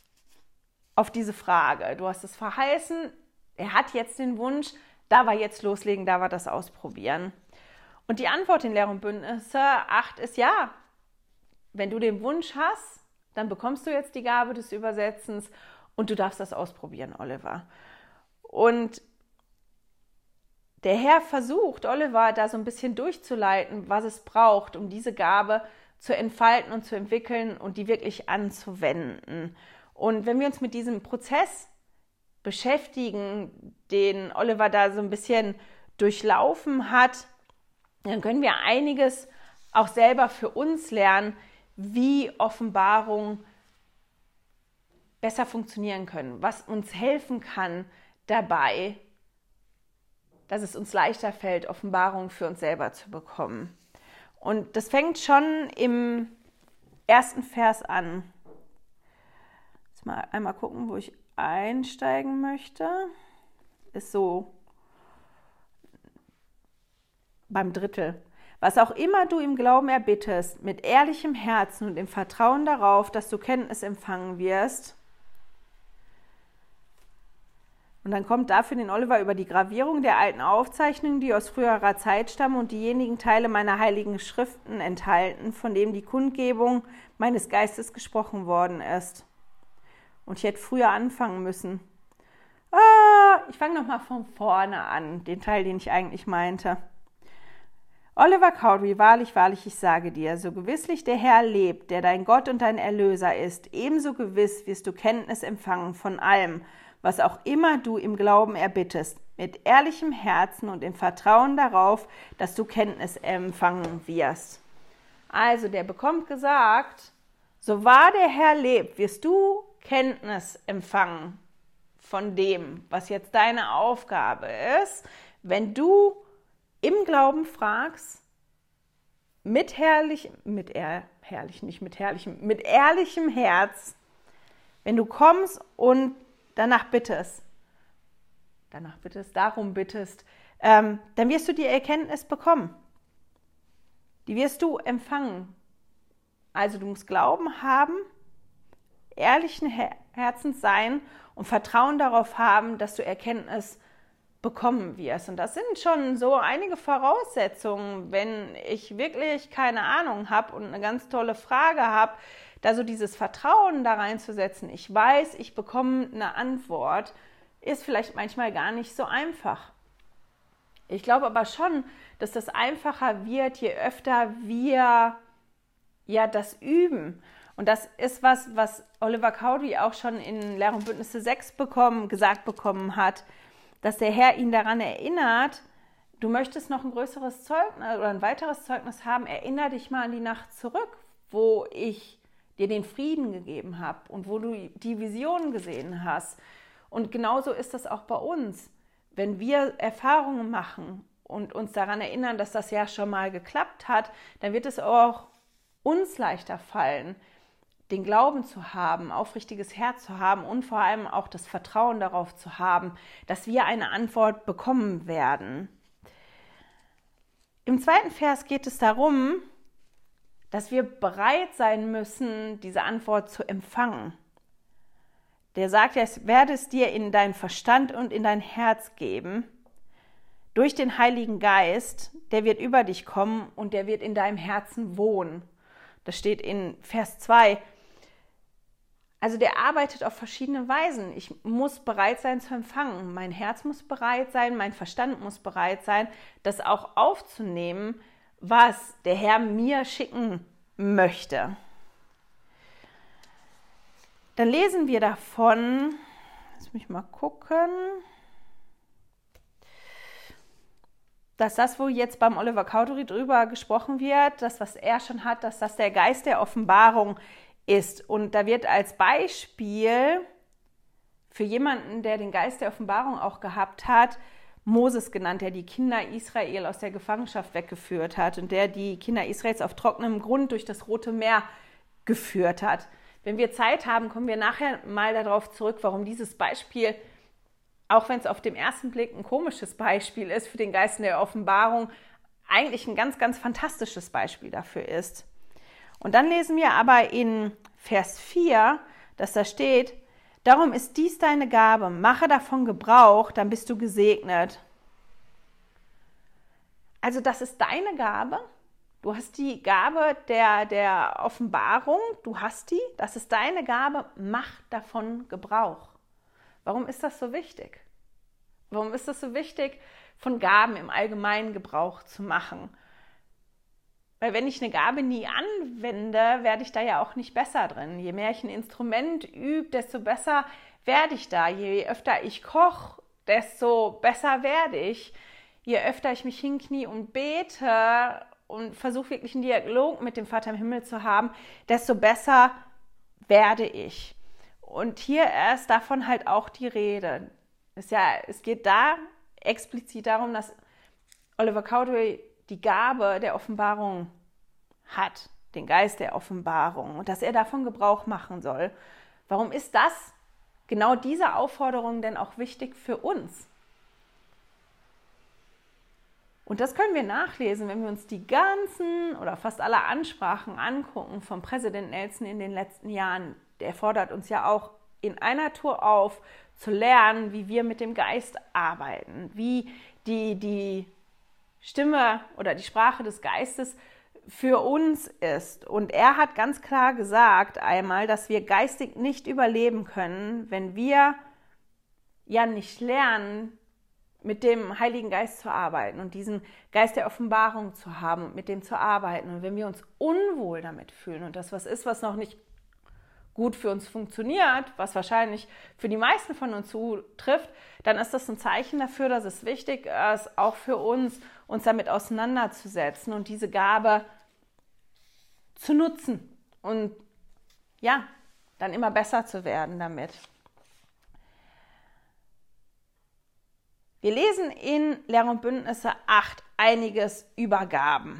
Frage. Du hast es verheißen, er hat jetzt den Wunsch, da war jetzt loslegen, da war das ausprobieren. Und die Antwort in Lehre und Bündnisse 8 ist ja, wenn du den Wunsch hast, dann bekommst du jetzt die Gabe des Übersetzens und du darfst das ausprobieren, Oliver. Und der Herr versucht, Oliver da so ein bisschen durchzuleiten, was es braucht, um diese Gabe zu entfalten und zu entwickeln und die wirklich anzuwenden. Und wenn wir uns mit diesem Prozess beschäftigen, den Oliver da so ein bisschen durchlaufen hat, dann können wir einiges auch selber für uns lernen, wie Offenbarung besser funktionieren können, was uns helfen kann dabei, dass es uns leichter fällt, Offenbarung für uns selber zu bekommen. Und das fängt schon im 1. Vers an. Jetzt mal einmal gucken, wo ich einsteigen möchte. Ist so beim Drittel. Was auch immer du im Glauben erbittest, mit ehrlichem Herzen und im Vertrauen darauf, dass du Kenntnis empfangen wirst. Und dann kommt dafür den Oliver über die Gravierung der alten Aufzeichnungen, die aus früherer Zeit stammen und diejenigen Teile meiner heiligen Schriften enthalten, von denen die Kundgebung meines Geistes gesprochen worden ist. Und ich hätte früher anfangen müssen. Ich fange nochmal von vorne an, den Teil, den ich eigentlich meinte. Oliver Cowdery, wahrlich, wahrlich, ich sage dir, so gewisslich der Herr lebt, der dein Gott und dein Erlöser ist, ebenso gewiss wirst du Kenntnis empfangen von allem, was auch immer du im Glauben erbittest, mit ehrlichem Herzen und im Vertrauen darauf, dass du Kenntnis empfangen wirst. Also, der bekommt gesagt, so wahr der Herr lebt, wirst du Kenntnis empfangen von dem, was jetzt deine Aufgabe ist, wenn du im Glauben fragst, mit ehrlichem Herz, wenn du kommst und darum bittest, dann wirst du die Erkenntnis bekommen. Die wirst du empfangen. Also du musst Glauben haben, ehrlichen Herzens sein und Vertrauen darauf haben, dass du Erkenntnis bekommen wirst. Und das sind schon so einige Voraussetzungen, wenn ich wirklich keine Ahnung habe und eine ganz tolle Frage habe, da so dieses Vertrauen da reinzusetzen. Ich weiß, ich bekomme eine Antwort, ist vielleicht manchmal gar nicht so einfach. Ich glaube aber schon, dass das einfacher wird, je öfter wir ja das üben. Und das ist was Oliver Cowdery auch schon in Lehre und Bündnisse 6 gesagt bekommen hat, dass der Herr ihn daran erinnert, du möchtest noch ein größeres Zeugnis oder ein weiteres Zeugnis haben, erinnere dich mal an die Nacht zurück, wo ich dir den Frieden gegeben habe und wo du die Visionen gesehen hast. Und genauso ist das auch bei uns. Wenn wir Erfahrungen machen und uns daran erinnern, dass das ja schon mal geklappt hat, dann wird es auch uns leichter fallen, den Glauben zu haben, aufrichtiges Herz zu haben und vor allem auch das Vertrauen darauf zu haben, dass wir eine Antwort bekommen werden. Im 2. Vers geht es darum, dass wir bereit sein müssen, diese Antwort zu empfangen. Der sagt, ich werde es dir in deinen Verstand und in dein Herz geben, durch den Heiligen Geist, der wird über dich kommen und der wird in deinem Herzen wohnen. Das steht in Vers 2. Also der arbeitet auf verschiedene Weisen. Ich muss bereit sein zu empfangen. Mein Herz muss bereit sein, mein Verstand muss bereit sein, das auch aufzunehmen, was der Herr mir schicken möchte. Dann lesen wir davon, lass mich mal gucken, dass das, wo jetzt beim Oliver Cowdery drüber gesprochen wird, das, was er schon hat, dass das der Geist der Offenbarung ist. Und da wird als Beispiel für jemanden, der den Geist der Offenbarung auch gehabt hat, Moses genannt, der die Kinder Israel aus der Gefangenschaft weggeführt hat und der die Kinder Israels auf trockenem Grund durch das Rote Meer geführt hat. Wenn wir Zeit haben, kommen wir nachher mal darauf zurück, warum dieses Beispiel, auch wenn es auf den ersten Blick ein komisches Beispiel ist, für den Geist der Offenbarung eigentlich ein ganz, ganz fantastisches Beispiel dafür ist. Und dann lesen wir aber in Vers 4, dass da steht, darum ist dies deine Gabe, mache davon Gebrauch, dann bist du gesegnet. Also das ist deine Gabe. Du hast die Gabe der Offenbarung, du hast die, das ist deine Gabe, mach davon Gebrauch. Warum ist das so wichtig? Warum ist es so wichtig, von Gaben im Allgemeinen Gebrauch zu machen? Weil wenn ich eine Gabe nie anwende, werde ich da ja auch nicht besser drin. Je mehr ich ein Instrument übe, desto besser werde ich da. Je öfter ich koche, desto besser werde ich. Je öfter ich mich hinknie und bete und versuche wirklich einen Dialog mit dem Vater im Himmel zu haben, desto besser werde ich. Und hier ist davon halt auch die Rede. Es geht da explizit darum, dass Oliver Cowdery die Gabe der Offenbarung hat, den Geist der Offenbarung, und dass er davon Gebrauch machen soll. Warum ist das, genau diese Aufforderung, denn auch wichtig für uns? Und das können wir nachlesen, wenn wir uns die ganzen oder fast alle Ansprachen angucken von Präsident Nelson in den letzten Jahren. Der fordert uns ja auch in einer Tour auf, zu lernen, wie wir mit dem Geist arbeiten, wie die Stimme oder die Sprache des Geistes für uns ist. Und er hat ganz klar gesagt einmal, dass wir geistig nicht überleben können, wenn wir ja nicht lernen, mit dem Heiligen Geist zu arbeiten und diesen Geist der Offenbarung zu haben und mit dem zu arbeiten. Und wenn wir uns unwohl damit fühlen und das was ist, was noch nicht gut für uns funktioniert, was wahrscheinlich für die meisten von uns zutrifft, dann ist das ein Zeichen dafür, dass es wichtig ist, auch für uns damit auseinanderzusetzen und diese Gabe zu nutzen und ja, dann immer besser zu werden damit. Wir lesen in Lehre und Bündnisse 8 einiges über Gaben.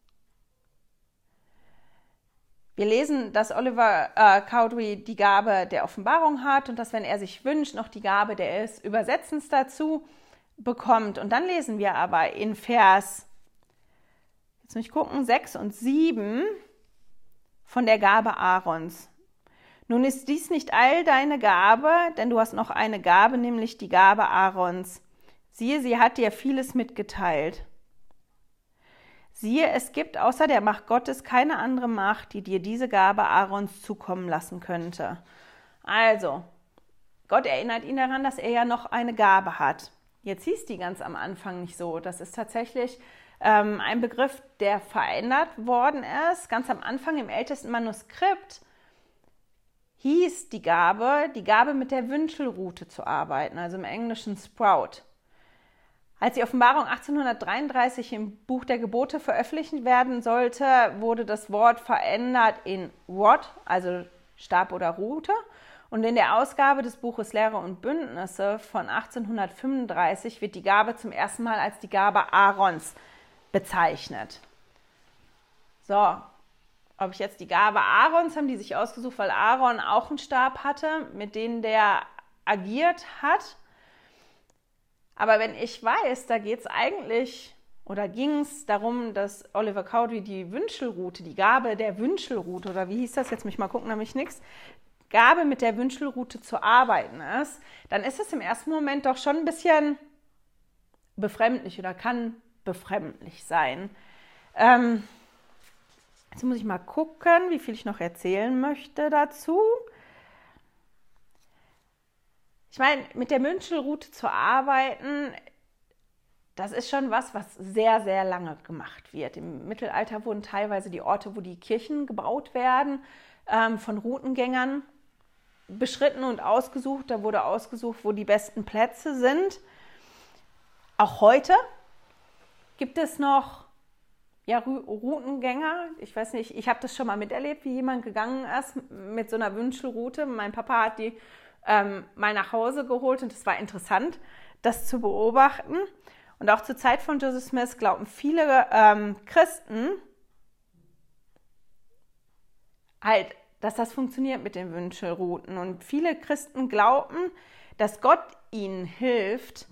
Wir lesen, dass Oliver Cowdery die Gabe der Offenbarung hat und dass, wenn er sich wünscht, noch die Gabe des Übersetzens dazu bekommt. Und dann lesen wir aber in Vers, jetzt muss ich gucken, 6 und 7 von der Gabe Aarons. Nun ist dies nicht all deine Gabe, denn du hast noch eine Gabe, nämlich die Gabe Aarons. Siehe, sie hat dir vieles mitgeteilt. Siehe, es gibt außer der Macht Gottes keine andere Macht, die dir diese Gabe Aarons zukommen lassen könnte. Also, Gott erinnert ihn daran, dass er ja noch eine Gabe hat. Jetzt hieß die ganz am Anfang nicht so. Das ist tatsächlich ein Begriff, der verändert worden ist. Ganz am Anfang im ältesten Manuskript hieß die Gabe mit der Wünschelrute zu arbeiten, also im Englischen Sprout. Als die Offenbarung 1833 im Buch der Gebote veröffentlicht werden sollte, wurde das Wort verändert in Rod, also Stab oder Rute. Und in der Ausgabe des Buches Lehre und Bündnisse von 1835 wird die Gabe zum ersten Mal als die Gabe Aarons bezeichnet. So, ob ich jetzt die Gabe Aarons, haben die sich ausgesucht, weil Aaron auch einen Stab hatte, mit dem der agiert hat. Aber wenn ich weiß, da geht es eigentlich oder ging es darum, dass Oliver Cowdery die Wünschelrute, die Gabe der Wünschelrute, oder wie hieß das, jetzt muss ich mal gucken, nämlich nichts, Gabe mit der Wünschelrute zu arbeiten ist, dann ist es im ersten Moment doch schon ein bisschen befremdlich oder kann befremdlich sein. Jetzt muss ich mal gucken, wie viel ich noch erzählen möchte dazu. Ich meine, mit der Wünschelrute zu arbeiten, das ist schon was sehr, sehr lange gemacht wird. Im Mittelalter wurden teilweise die Orte, wo die Kirchen gebaut werden, von Routengängern beschritten und ausgesucht. Da wurde ausgesucht, wo die besten Plätze sind. Auch heute gibt es noch Routengänger. Ich weiß nicht, ich habe das schon mal miterlebt, wie jemand gegangen ist mit so einer Wünschelrute. Mein Papa hat die mal nach Hause geholt und es war interessant, das zu beobachten. Und auch zur Zeit von Joseph Smith glauben viele Christen halt, dass das funktioniert mit den Wünschelruten. Und viele Christen glauben, dass Gott ihnen hilft,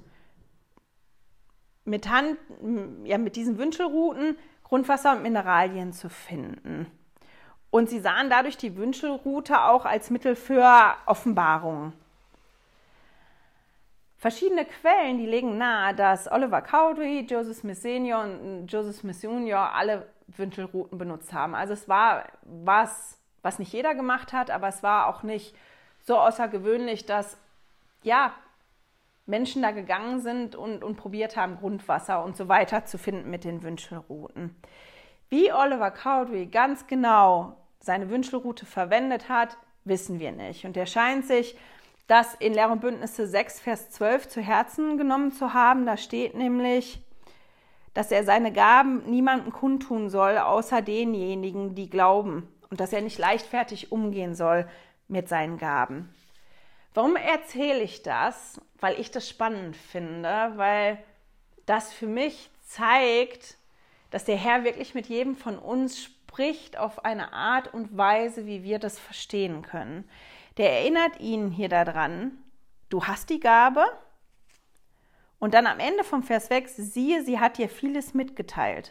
mit diesen Wünschelruten Grundwasser und Mineralien zu finden. Und sie sahen dadurch die Wünschelrute auch als Mittel für Offenbarungen. Verschiedene Quellen, die legen nahe, dass Oliver Cowdery, Joseph Smith Senior und Joseph Smith Junior alle Wünschelruten benutzt haben. Also es war was nicht jeder gemacht hat, aber es war auch nicht so außergewöhnlich, dass Menschen da gegangen sind und probiert haben, Grundwasser und so weiter zu finden mit den Wünschelruten. Wie Oliver Cowdery ganz genau seine Wünschelrute verwendet hat, wissen wir nicht. Und er scheint sich das in Lehre und Bündnisse 6, Vers 12 zu Herzen genommen zu haben. Da steht nämlich, dass er seine Gaben niemandem kundtun soll, außer denjenigen, die glauben. Und dass er nicht leichtfertig umgehen soll mit seinen Gaben. Warum erzähle ich das? Weil ich das spannend finde, weil das für mich zeigt, dass der Herr wirklich mit jedem von uns spricht auf eine Art und Weise, wie wir das verstehen können. Der erinnert ihn hier daran, du hast die Gabe und dann am Ende vom Vers 6, siehe, sie hat dir vieles mitgeteilt.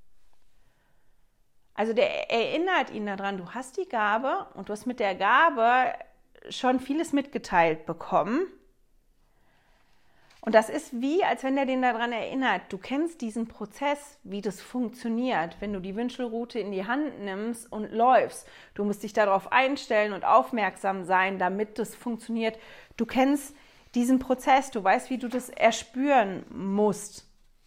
Also der erinnert ihn daran, du hast die Gabe und du hast mit der Gabe schon vieles mitgeteilt bekommen. Und das ist wie, als wenn er den daran erinnert, du kennst diesen Prozess, wie das funktioniert, wenn du die Wünschelrute in die Hand nimmst und läufst. Du musst dich darauf einstellen und aufmerksam sein, damit das funktioniert. Du kennst diesen Prozess, du weißt, wie du das erspüren musst.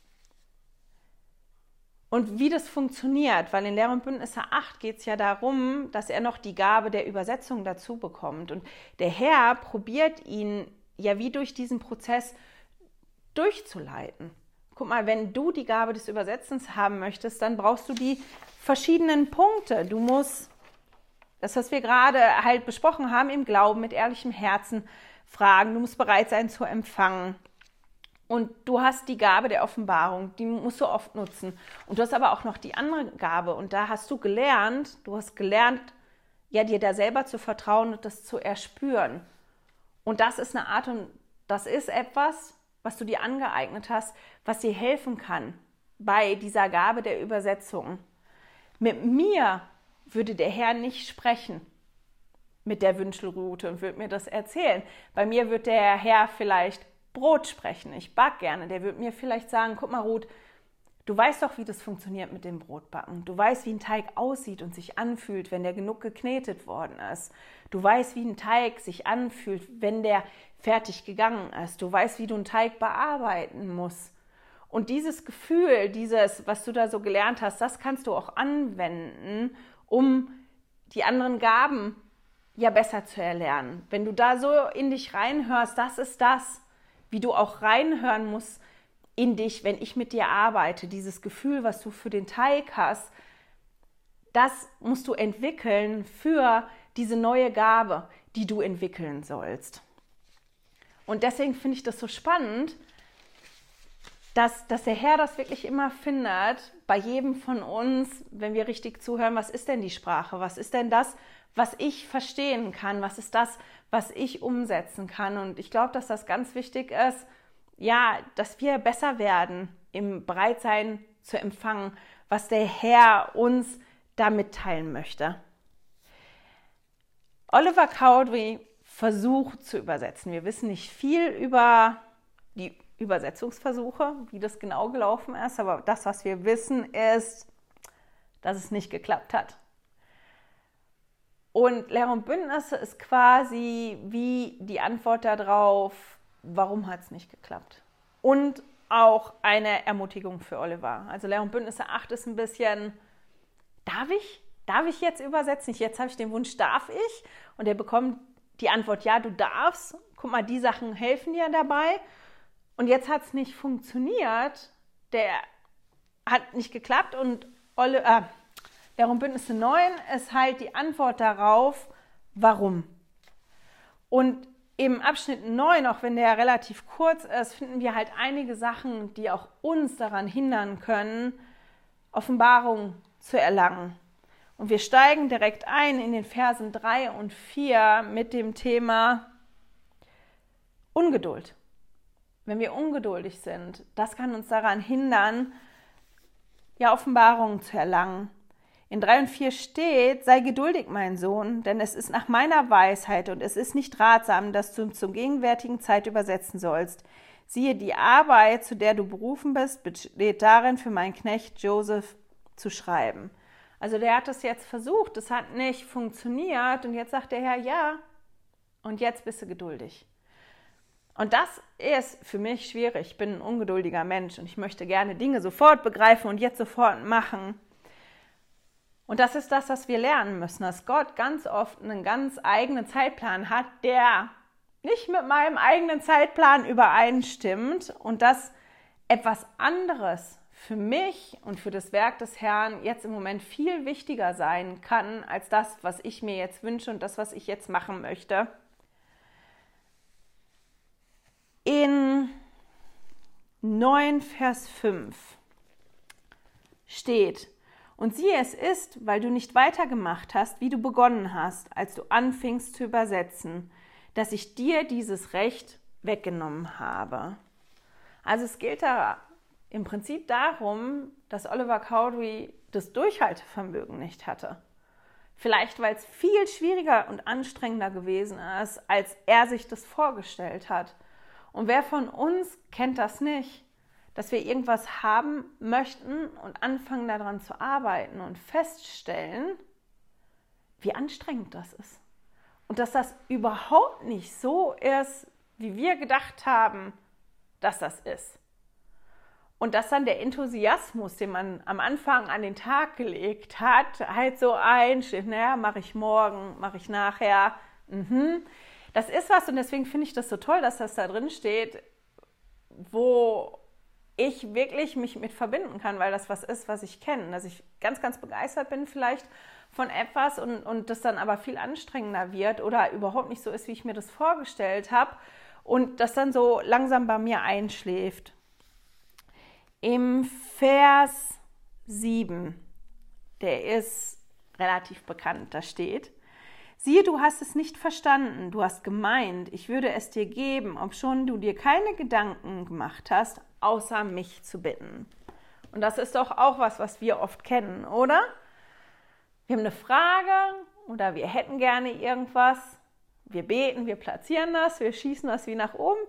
Und wie das funktioniert, weil in Lehre und Bündnisse 8 geht es ja darum, dass er noch die Gabe der Übersetzung dazu bekommt. Und der Herr probiert ihn ja wie durch diesen Prozess durchzuleiten. Guck mal, wenn du die Gabe des Übersetzens haben möchtest, dann brauchst du die verschiedenen Punkte. Du musst das, was wir gerade halt besprochen haben, im Glauben, mit ehrlichem Herzen fragen. Du musst bereit sein zu empfangen. Und du hast die Gabe der Offenbarung, die musst du oft nutzen. Und du hast aber auch noch die andere Gabe. Und da hast du gelernt, ja, dir da selber zu vertrauen und das zu erspüren. Und das ist eine Art und das ist etwas, was du dir angeeignet hast, was dir helfen kann bei dieser Gabe der Übersetzung. Mit mir würde der Herr nicht sprechen mit der Wünschelrute und würde mir das erzählen. Bei mir wird der Herr vielleicht Brot sprechen. Ich backe gerne. Der wird mir vielleicht sagen, guck mal Ruth, du weißt doch, wie das funktioniert mit dem Brotbacken. Du weißt, wie ein Teig aussieht und sich anfühlt, wenn der genug geknetet worden ist. Du weißt, wie ein Teig sich anfühlt, wenn der fertig gegangen ist. Du weißt, wie du einen Teig bearbeiten musst. Und dieses Gefühl, was du da so gelernt hast, das kannst du auch anwenden, um die anderen Gaben ja besser zu erlernen. Wenn du da so in dich reinhörst, das ist das, wie du auch reinhören musst in dich, wenn ich mit dir arbeite, dieses Gefühl, was du für den Teig hast, das musst du entwickeln für diese neue Gabe, die du entwickeln sollst. Und deswegen finde ich das so spannend, dass der Herr das wirklich immer findet, bei jedem von uns, wenn wir richtig zuhören, was ist denn die Sprache? Was ist denn das, was ich verstehen kann? Was ist das, was ich umsetzen kann? Und ich glaube, dass das ganz wichtig ist, ja, dass wir besser werden im Bereitsein zu empfangen, was der Herr uns da mitteilen möchte. Oliver Cowdery versucht zu übersetzen. Wir wissen nicht viel über die Übersetzungsversuche, wie das genau gelaufen ist, aber das, was wir wissen, ist, dass es nicht geklappt hat. Und Lehre und Bündnisse ist quasi wie die Antwort darauf, warum hat es nicht geklappt? Und auch eine Ermutigung für Oliver. Also Lehre und Bündnisse 8 ist ein bisschen, darf ich jetzt übersetzen? Jetzt habe ich den Wunsch, darf ich? Und er bekommt die Antwort, ja, du darfst. Guck mal, die Sachen helfen dir dabei. Und jetzt hat es nicht funktioniert. Der hat nicht geklappt. Und Lehre und Bündnisse 9 ist halt die Antwort darauf, warum. Und im Abschnitt 9, auch wenn der relativ kurz ist, finden wir halt einige Sachen, die auch uns daran hindern können, Offenbarung zu erlangen. Und wir steigen direkt ein in den Versen 3 und 4 mit dem Thema Ungeduld. Wenn wir ungeduldig sind, das kann uns daran hindern, ja, Offenbarungen zu erlangen. In 3 und 4 steht, sei geduldig, mein Sohn, denn es ist nach meiner Weisheit und es ist nicht ratsam, dass du zur gegenwärtigen Zeit übersetzen sollst. Siehe, die Arbeit, zu der du berufen bist, besteht darin, für meinen Knecht Joseph zu schreiben. Also der hat es jetzt versucht, es hat nicht funktioniert und jetzt sagt der Herr, ja, und jetzt bist du geduldig. Und das ist für mich schwierig. Ich bin ein ungeduldiger Mensch und ich möchte gerne Dinge sofort begreifen und jetzt sofort machen. Und das ist das, was wir lernen müssen, dass Gott ganz oft einen ganz eigenen Zeitplan hat, der nicht mit meinem eigenen Zeitplan übereinstimmt und dass etwas anderes für mich und für das Werk des Herrn jetzt im Moment viel wichtiger sein kann, als das, was ich mir jetzt wünsche und das, was ich jetzt machen möchte. In 9, Vers 5 steht, und siehe, es ist, weil du nicht weitergemacht hast, wie du begonnen hast, als du anfingst zu übersetzen, dass ich dir dieses Recht weggenommen habe. Also es geht da im Prinzip darum, dass Oliver Cowdery das Durchhaltevermögen nicht hatte. Vielleicht, weil es viel schwieriger und anstrengender gewesen ist, als er sich das vorgestellt hat. Und wer von uns kennt das nicht? Dass wir irgendwas haben möchten und anfangen daran zu arbeiten und feststellen, wie anstrengend das ist. Und dass das überhaupt nicht so ist, wie wir gedacht haben, dass das ist. Und dass dann der Enthusiasmus, den man am Anfang an den Tag gelegt hat, halt so einsteht, naja, mache ich morgen, mache ich nachher. Das ist was und deswegen finde ich das so toll, dass das da drin steht, wo ich wirklich mich mit verbinden kann, weil das was ist, was ich kenne. Dass ich ganz, ganz begeistert bin vielleicht von etwas und das dann aber viel anstrengender wird oder überhaupt nicht so ist, wie ich mir das vorgestellt habe und das dann so langsam bei mir einschläft. Im Vers 7, der ist relativ bekannt, da steht, siehe, du hast es nicht verstanden, du hast gemeint, ich würde es dir geben, obschon du dir keine Gedanken gemacht hast, außer mich zu bitten. Und das ist doch auch was wir oft kennen, oder? Wir haben eine Frage oder wir hätten gerne irgendwas, wir beten, wir platzieren das, wir schießen das wie nach oben,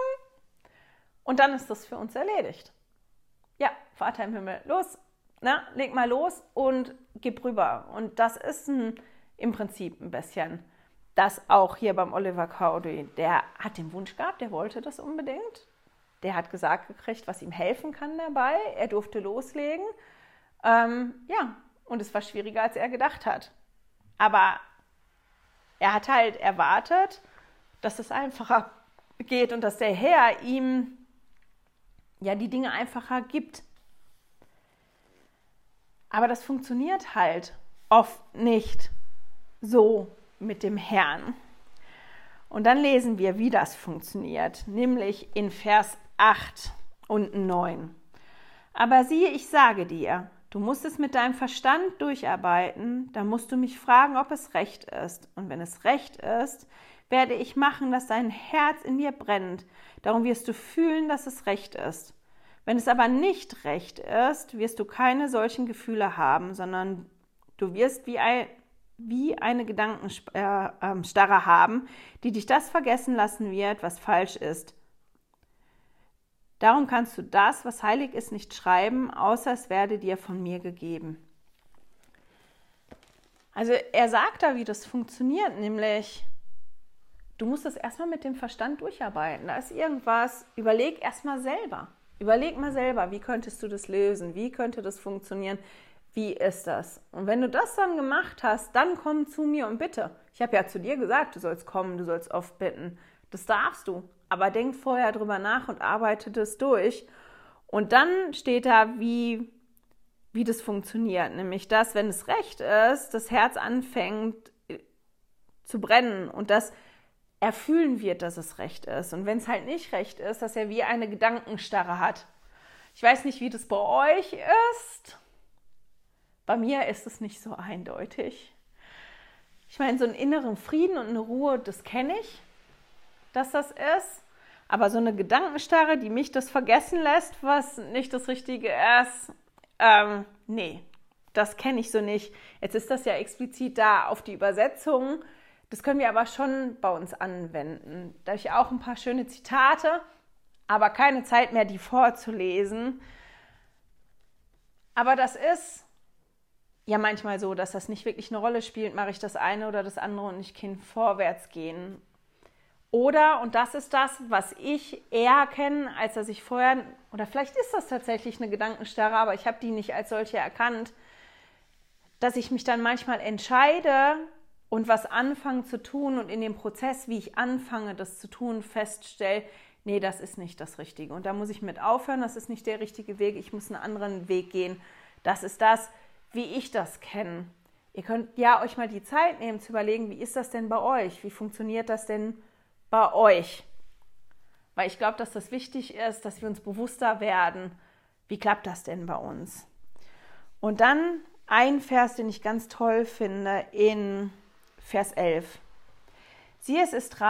und dann ist das für uns erledigt. Ja, Vater im Himmel, los, leg mal los und gib rüber. Und das ist im Prinzip ein bisschen das auch hier beim Oliver Cowdery. Der hat den Wunsch gehabt, der wollte das unbedingt. Der hat gesagt gekriegt, was ihm helfen kann dabei. Er durfte loslegen. Und es war schwieriger, als er gedacht hat. Aber er hat halt erwartet, dass es einfacher geht und dass der Herr ihm die Dinge einfacher gibt. Aber das funktioniert halt oft nicht so mit dem Herrn. Und dann lesen wir, wie das funktioniert, nämlich in Vers 8 und 9. Aber siehe, ich sage dir, du musst es mit deinem Verstand durcharbeiten, dann musst du mich fragen, ob es recht ist. Und wenn es recht ist, werde ich machen, dass dein Herz in dir brennt. Darum wirst du fühlen, dass es recht ist. Wenn es aber nicht recht ist, wirst du keine solchen Gefühle haben, sondern du wirst wie eine Gedankenstarre haben, die dich das vergessen lassen wird, was falsch ist. Darum kannst du das, was heilig ist, nicht schreiben, außer es werde dir von mir gegeben. Also er sagt da, wie das funktioniert, nämlich du musst das erstmal mit dem Verstand durcharbeiten. Da ist irgendwas, überleg erstmal selber. Überleg mal selber, wie könntest du das lösen? Wie könnte das funktionieren? Wie ist das? Und wenn du das dann gemacht hast, dann komm zu mir und bitte. Ich habe ja zu dir gesagt, du sollst kommen, du sollst oft bitten. Das darfst du. Aber denk vorher drüber nach und arbeite das durch. Und dann steht da, wie das funktioniert. Nämlich, dass, wenn es recht ist, das Herz anfängt zu brennen und das erfühlen wird, dass es recht ist. Und wenn es halt nicht recht ist, dass er wie eine Gedankenstarre hat. Ich weiß nicht, wie das bei euch ist. Bei mir ist es nicht so eindeutig. Ich meine, so einen inneren Frieden und eine Ruhe, das kenne ich, dass das ist. Aber so eine Gedankenstarre, die mich das vergessen lässt, was nicht das Richtige ist, nee, das kenne ich so nicht. Jetzt ist das ja explizit da auf die Übersetzung. Das können wir aber schon bei uns anwenden. Da habe ich auch ein paar schöne Zitate, aber keine Zeit mehr, die vorzulesen. Aber das ist ja manchmal so, dass das nicht wirklich eine Rolle spielt, mache ich das eine oder das andere und ich kann vorwärts gehen. Oder, und das ist das, was ich eher kenne, als dass ich vorher, oder vielleicht ist das tatsächlich eine Gedankenstarre, aber ich habe die nicht als solche erkannt, dass ich mich dann manchmal entscheide und was anfange zu tun und in dem Prozess, wie ich anfange, das zu tun, feststelle, nee, das ist nicht das Richtige. Und da muss ich mit aufhören, das ist nicht der richtige Weg, ich muss einen anderen Weg gehen. Das ist das, wie ich das kenne. Ihr könnt ja euch mal die Zeit nehmen, zu überlegen, wie ist das denn bei euch? Wie funktioniert das denn bei euch? Weil ich glaube, dass das wichtig ist, dass wir uns bewusster werden, wie klappt das denn bei uns? Und dann ein Vers, den ich ganz toll finde, in Vers 11. Siehe, es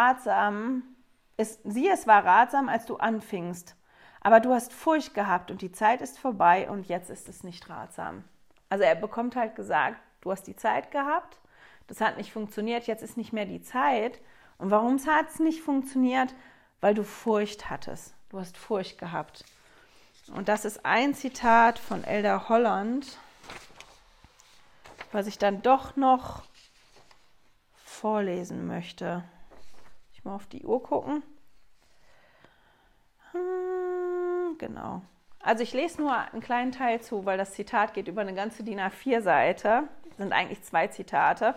war ratsam, als du anfingst, aber du hast Furcht gehabt und die Zeit ist vorbei und jetzt ist es nicht ratsam. Also er bekommt halt gesagt, du hast die Zeit gehabt, das hat nicht funktioniert, jetzt ist nicht mehr die Zeit. Und warum hat es nicht funktioniert? Weil du Furcht hattest. Du hast Furcht gehabt. Und das ist ein Zitat von Elder Holland, was ich dann doch noch vorlesen möchte. Ich mal auf die Uhr gucken. Genau. Also ich lese nur einen kleinen Teil zu, weil das Zitat geht über eine ganze DIN A4-Seite. Das sind eigentlich 2 Zitate.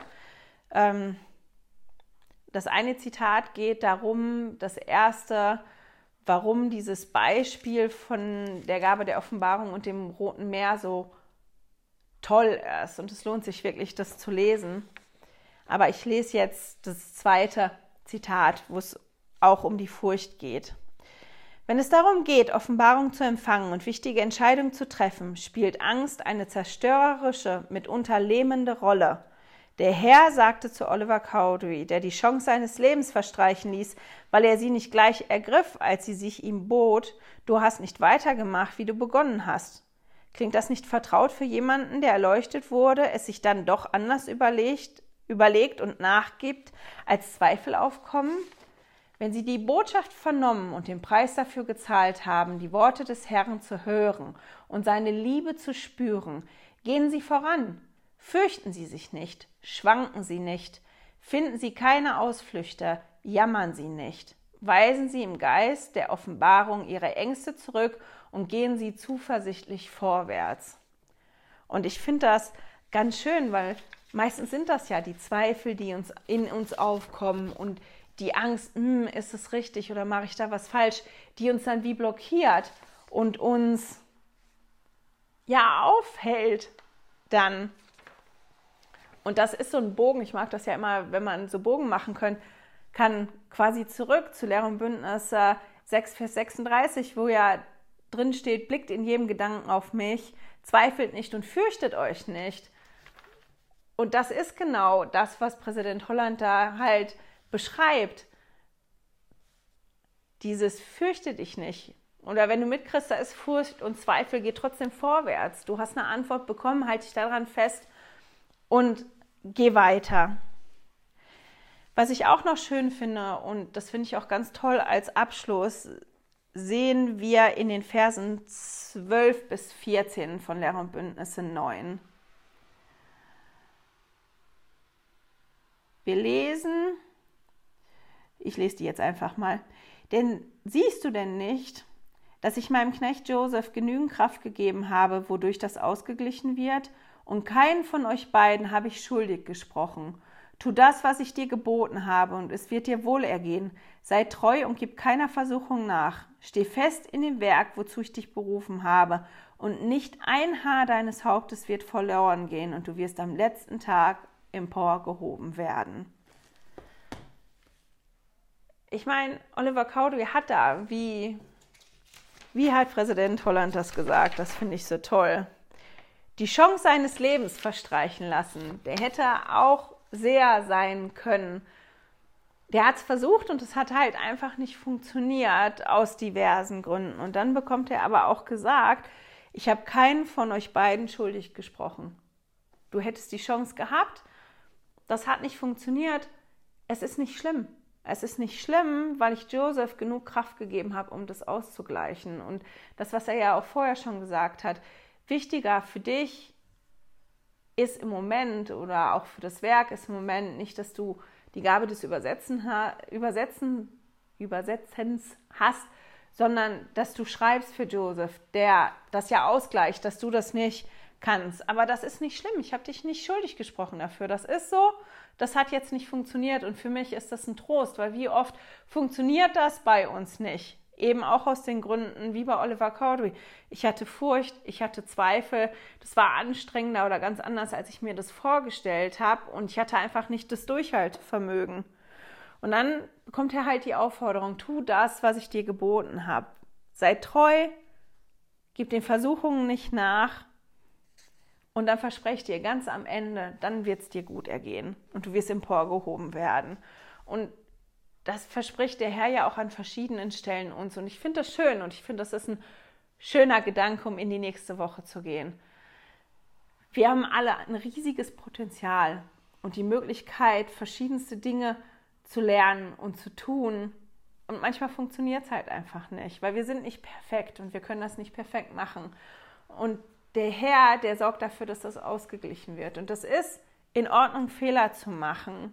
Das eine Zitat geht darum, das erste, warum dieses Beispiel von der Gabe der Offenbarung und dem Roten Meer so toll ist. Und es lohnt sich wirklich, das zu lesen. Aber ich lese jetzt das zweite Zitat, wo es auch um die Furcht geht. Wenn es darum geht, Offenbarung zu empfangen und wichtige Entscheidungen zu treffen, spielt Angst eine zerstörerische, mitunter lähmende Rolle. Der Herr sagte zu Oliver Cowdery, der die Chance seines Lebens verstreichen ließ, weil er sie nicht gleich ergriff, als sie sich ihm bot, du hast nicht weitergemacht, wie du begonnen hast. Klingt das nicht vertraut für jemanden, der erleuchtet wurde, es sich dann doch anders überlegt und nachgibt, als Zweifel aufkommen? Wenn Sie die Botschaft vernommen und den Preis dafür gezahlt haben, die Worte des Herrn zu hören und seine Liebe zu spüren, gehen Sie voran. Fürchten Sie sich nicht, schwanken Sie nicht, finden Sie keine Ausflüchte, jammern Sie nicht. Weisen Sie im Geist der Offenbarung Ihre Ängste zurück und gehen Sie zuversichtlich vorwärts. Und ich finde das ganz schön, weil meistens sind das ja die Zweifel, die in uns aufkommen und die Angst, ist es richtig oder mache ich da was falsch, die uns dann wie blockiert. und uns ja aufhält dann. Und das ist so ein Bogen, ich mag das ja immer, wenn man so Bogen machen kann quasi zurück zu Lehre und Bündnis 6, Vers 36, wo ja drin steht, blickt in jedem Gedanken auf mich, zweifelt nicht und fürchtet euch nicht. Und das ist genau das, was Präsident Holland da halt beschreibt. Dieses fürchte dich nicht. Oder wenn du mitkriegst, da ist Furcht und Zweifel, geh trotzdem vorwärts. Du hast eine Antwort bekommen, halt dich daran fest und geh weiter. Was ich auch noch schön finde, und das finde ich auch ganz toll als Abschluss, sehen wir in den Versen 12 bis 14 von Lehre und Bündnisse 9. Wir lesen, ich lese die jetzt einfach mal, denn siehst du denn nicht, dass ich meinem Knecht Joseph genügend Kraft gegeben habe, wodurch das ausgeglichen wird, und keinen von euch beiden habe ich schuldig gesprochen. Tu das, was ich dir geboten habe, und es wird dir wohlergehen. Sei treu und gib keiner Versuchung nach. Steh fest in dem Werk, wozu ich dich berufen habe, und nicht ein Haar deines Hauptes wird verloren gehen, und du wirst am letzten Tag emporgehoben werden. Ich meine, Oliver Cowdery hat da, wie hat Präsident Holland das gesagt? Das finde ich so toll. Die Chance seines Lebens verstreichen lassen. Der hätte auch sehr sein können. Der hat es versucht und es hat halt einfach nicht funktioniert aus diversen Gründen. Und dann bekommt er aber auch gesagt, ich habe keinen von euch beiden schuldig gesprochen. Du hättest die Chance gehabt, das hat nicht funktioniert. Es ist nicht schlimm. Es ist nicht schlimm, weil ich Joseph genug Kraft gegeben habe, um das auszugleichen. Und das, was er ja auch vorher schon gesagt hat, wichtiger für dich ist im Moment oder auch für das Werk ist im Moment nicht, dass du die Gabe des Übersetzens hast, sondern dass du schreibst für Joseph, der das ja ausgleicht, dass du das nicht kannst. Aber das ist nicht schlimm. Ich habe dich nicht schuldig gesprochen dafür. Das ist so. Das hat jetzt nicht funktioniert und für mich ist das ein Trost, weil wie oft funktioniert das bei uns nicht? Eben auch aus den Gründen, wie bei Oliver Cowdery. Ich hatte Furcht, ich hatte Zweifel, das war anstrengender oder ganz anders, als ich mir das vorgestellt habe und ich hatte einfach nicht das Durchhaltevermögen. Und dann bekommt er halt die Aufforderung, tu das, was ich dir geboten habe. Sei treu, gib den Versuchungen nicht nach. Und dann verspreche ich dir ganz am Ende, dann wird es dir gut ergehen und du wirst emporgehoben werden. Und das verspricht der Herr ja auch an verschiedenen Stellen uns. Und ich finde das schön und ich finde, das ist ein schöner Gedanke, um in die nächste Woche zu gehen. Wir haben alle ein riesiges Potenzial und die Möglichkeit, verschiedenste Dinge zu lernen und zu tun. Und manchmal funktioniert es halt einfach nicht, weil wir sind nicht perfekt und wir können das nicht perfekt machen. Und der Herr, der sorgt dafür, dass das ausgeglichen wird. Und das ist in Ordnung, Fehler zu machen.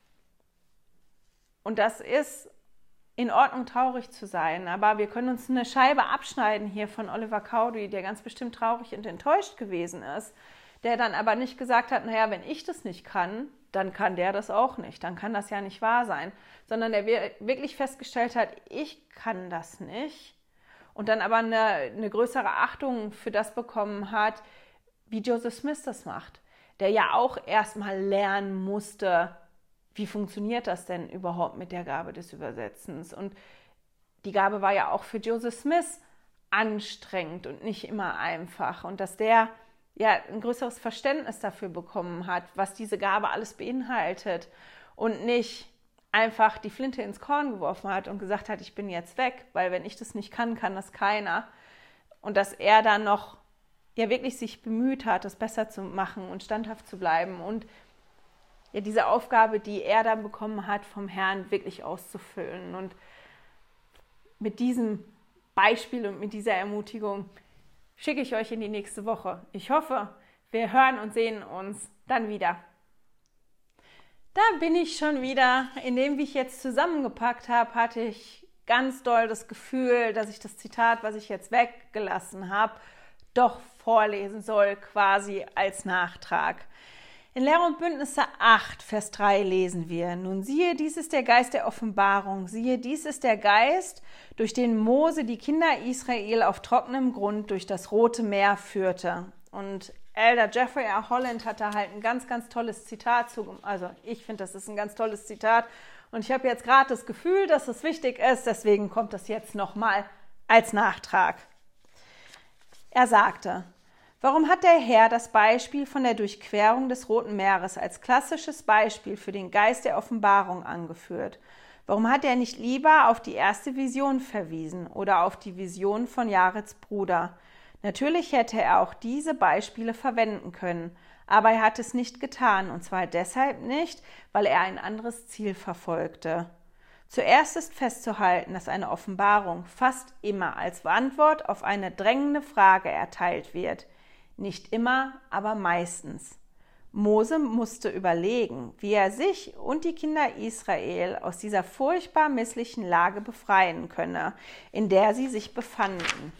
Und das ist in Ordnung, traurig zu sein. Aber wir können uns eine Scheibe abschneiden hier von Oliver Cowdery, der ganz bestimmt traurig und enttäuscht gewesen ist, der dann aber nicht gesagt hat, naja, wenn ich das nicht kann, dann kann der das auch nicht. Dann kann das ja nicht wahr sein. Sondern der wirklich festgestellt hat, ich kann das nicht. Und dann aber eine größere Achtung für das bekommen hat, wie Joseph Smith das macht, der ja auch erstmal lernen musste, wie funktioniert das denn überhaupt mit der Gabe des Übersetzens. Und die Gabe war ja auch für Joseph Smith anstrengend und nicht immer einfach. Und dass der ja ein größeres Verständnis dafür bekommen hat, was diese Gabe alles beinhaltet und nicht einfach die Flinte ins Korn geworfen hat und gesagt hat, ich bin jetzt weg, weil wenn ich das nicht kann, kann das keiner. Und dass er dann noch ja wirklich sich bemüht hat, das besser zu machen und standhaft zu bleiben und ja diese Aufgabe, die er dann bekommen hat, vom Herrn wirklich auszufüllen. Und mit diesem Beispiel und mit dieser Ermutigung schicke ich euch in die nächste Woche. Ich hoffe, wir hören und sehen uns dann wieder. Da bin ich schon wieder. In dem, wie ich jetzt zusammengepackt habe, hatte ich ganz doll das Gefühl, dass ich das Zitat, was ich jetzt weggelassen habe, doch vorlesen soll, quasi als Nachtrag. In Lehre und Bündnisse 8, Vers 3 lesen wir: Nun siehe, dies ist der Geist der Offenbarung. Siehe, dies ist der Geist, durch den Mose die Kinder Israel auf trockenem Grund durch das Rote Meer führte. Und Elder Jeffrey R. Holland hat da halt ein ganz, ganz tolles Zitat zu. Also ich finde, das ist ein ganz tolles Zitat. Und ich habe jetzt gerade das Gefühl, dass es wichtig ist. Deswegen kommt das jetzt nochmal als Nachtrag. Er sagte: Warum hat der Herr das Beispiel von der Durchquerung des Roten Meeres als klassisches Beispiel für den Geist der Offenbarung angeführt? Warum hat er nicht lieber auf die erste Vision verwiesen oder auf die Vision von Jareds Bruder? Natürlich hätte er auch diese Beispiele verwenden können, aber er hat es nicht getan, und zwar deshalb nicht, weil er ein anderes Ziel verfolgte. Zuerst ist festzuhalten, dass eine Offenbarung fast immer als Antwort auf eine drängende Frage erteilt wird. Nicht immer, aber meistens. Mose musste überlegen, wie er sich und die Kinder Israel aus dieser furchtbar misslichen Lage befreien könne, in der sie sich befanden.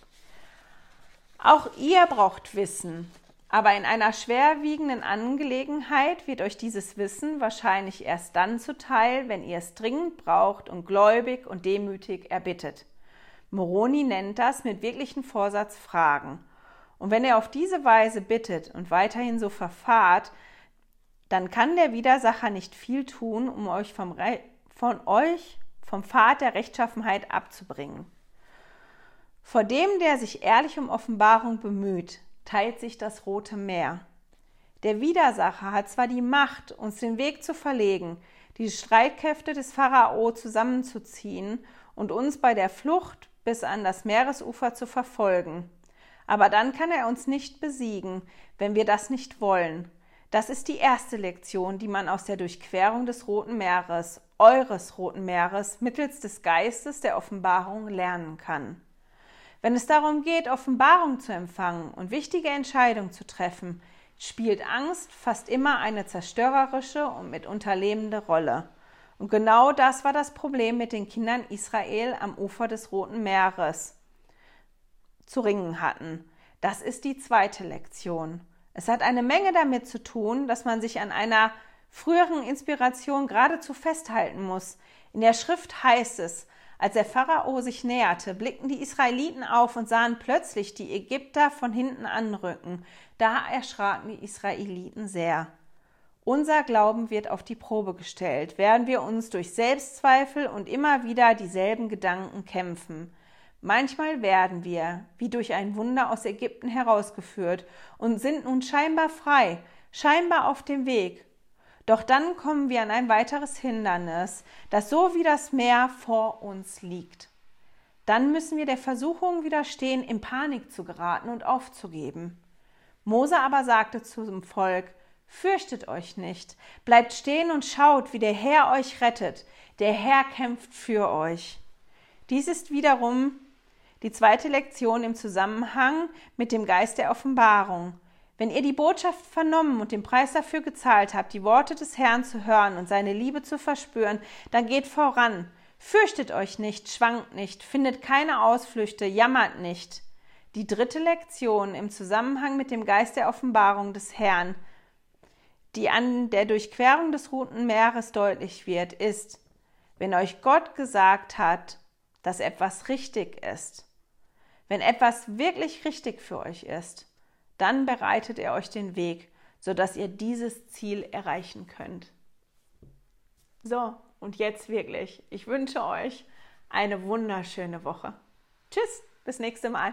Auch ihr braucht Wissen, aber in einer schwerwiegenden Angelegenheit wird euch dieses Wissen wahrscheinlich erst dann zuteil, wenn ihr es dringend braucht und gläubig und demütig erbittet. Moroni nennt das mit wirklichen Vorsatz Fragen. Und wenn ihr auf diese Weise bittet und weiterhin so verfahrt, dann kann der Widersacher nicht viel tun, um euch vom Pfad der Rechtschaffenheit abzubringen. Vor dem, der sich ehrlich um Offenbarung bemüht, teilt sich das Rote Meer. Der Widersacher hat zwar die Macht, uns den Weg zu verlegen, die Streitkräfte des Pharao zusammenzuziehen und uns bei der Flucht bis an das Meeresufer zu verfolgen. Aber dann kann er uns nicht besiegen, wenn wir das nicht wollen. Das ist die erste Lektion, die man aus der Durchquerung des Roten Meeres, eures Roten Meeres, mittels des Geistes der Offenbarung lernen kann. Wenn es darum geht, Offenbarung zu empfangen und wichtige Entscheidungen zu treffen, spielt Angst fast immer eine zerstörerische und mitunter lähmende Rolle. Und genau das war das Problem mit den Kindern Israel am Ufer des Roten Meeres zu ringen hatten. Das ist die zweite Lektion. Es hat eine Menge damit zu tun, dass man sich an einer früheren Inspiration geradezu festhalten muss. In der Schrift heißt es: Als der Pharao sich näherte, blickten die Israeliten auf und sahen plötzlich die Ägypter von hinten anrücken. Da erschraken die Israeliten sehr. Unser Glauben wird auf die Probe gestellt, während wir uns durch Selbstzweifel und immer wieder dieselben Gedanken kämpfen. Manchmal werden wir, wie durch ein Wunder aus Ägypten herausgeführt und sind nun scheinbar frei, scheinbar auf dem Weg. Doch dann kommen wir an ein weiteres Hindernis, das so wie das Meer vor uns liegt. Dann müssen wir der Versuchung widerstehen, in Panik zu geraten und aufzugeben. Mose aber sagte zum Volk: Fürchtet euch nicht, bleibt stehen und schaut, wie der Herr euch rettet. Der Herr kämpft für euch. Dies ist wiederum die zweite Lektion im Zusammenhang mit dem Geist der Offenbarung. Wenn ihr die Botschaft vernommen und den Preis dafür gezahlt habt, die Worte des Herrn zu hören und seine Liebe zu verspüren, dann geht voran. Fürchtet euch nicht, schwankt nicht, findet keine Ausflüchte, jammert nicht. Die dritte Lektion im Zusammenhang mit dem Geist der Offenbarung des Herrn, die an der Durchquerung des Roten Meeres deutlich wird, ist: Wenn euch Gott gesagt hat, dass etwas richtig ist, wenn etwas wirklich richtig für euch ist, dann bereitet er euch den Weg, sodass ihr dieses Ziel erreichen könnt. So, und jetzt wirklich, ich wünsche euch eine wunderschöne Woche. Tschüss, bis nächste Mal.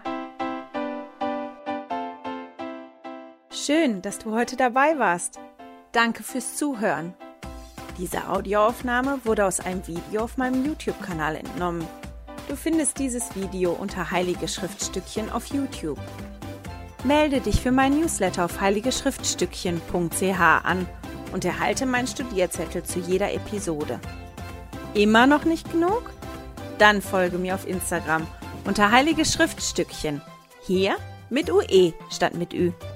Schön, dass du heute dabei warst. Danke fürs Zuhören. Diese Audioaufnahme wurde aus einem Video auf meinem YouTube-Kanal entnommen. Du findest dieses Video unter Heilige Schriftstückchen auf YouTube. Melde dich für mein Newsletter auf heiligeschriftstückchen.ch an und erhalte meinen Studierzettel zu jeder Episode. Immer noch nicht genug? Dann folge mir auf Instagram unter Heilige Schriftstückchen. Hier mit UE statt mit Ü.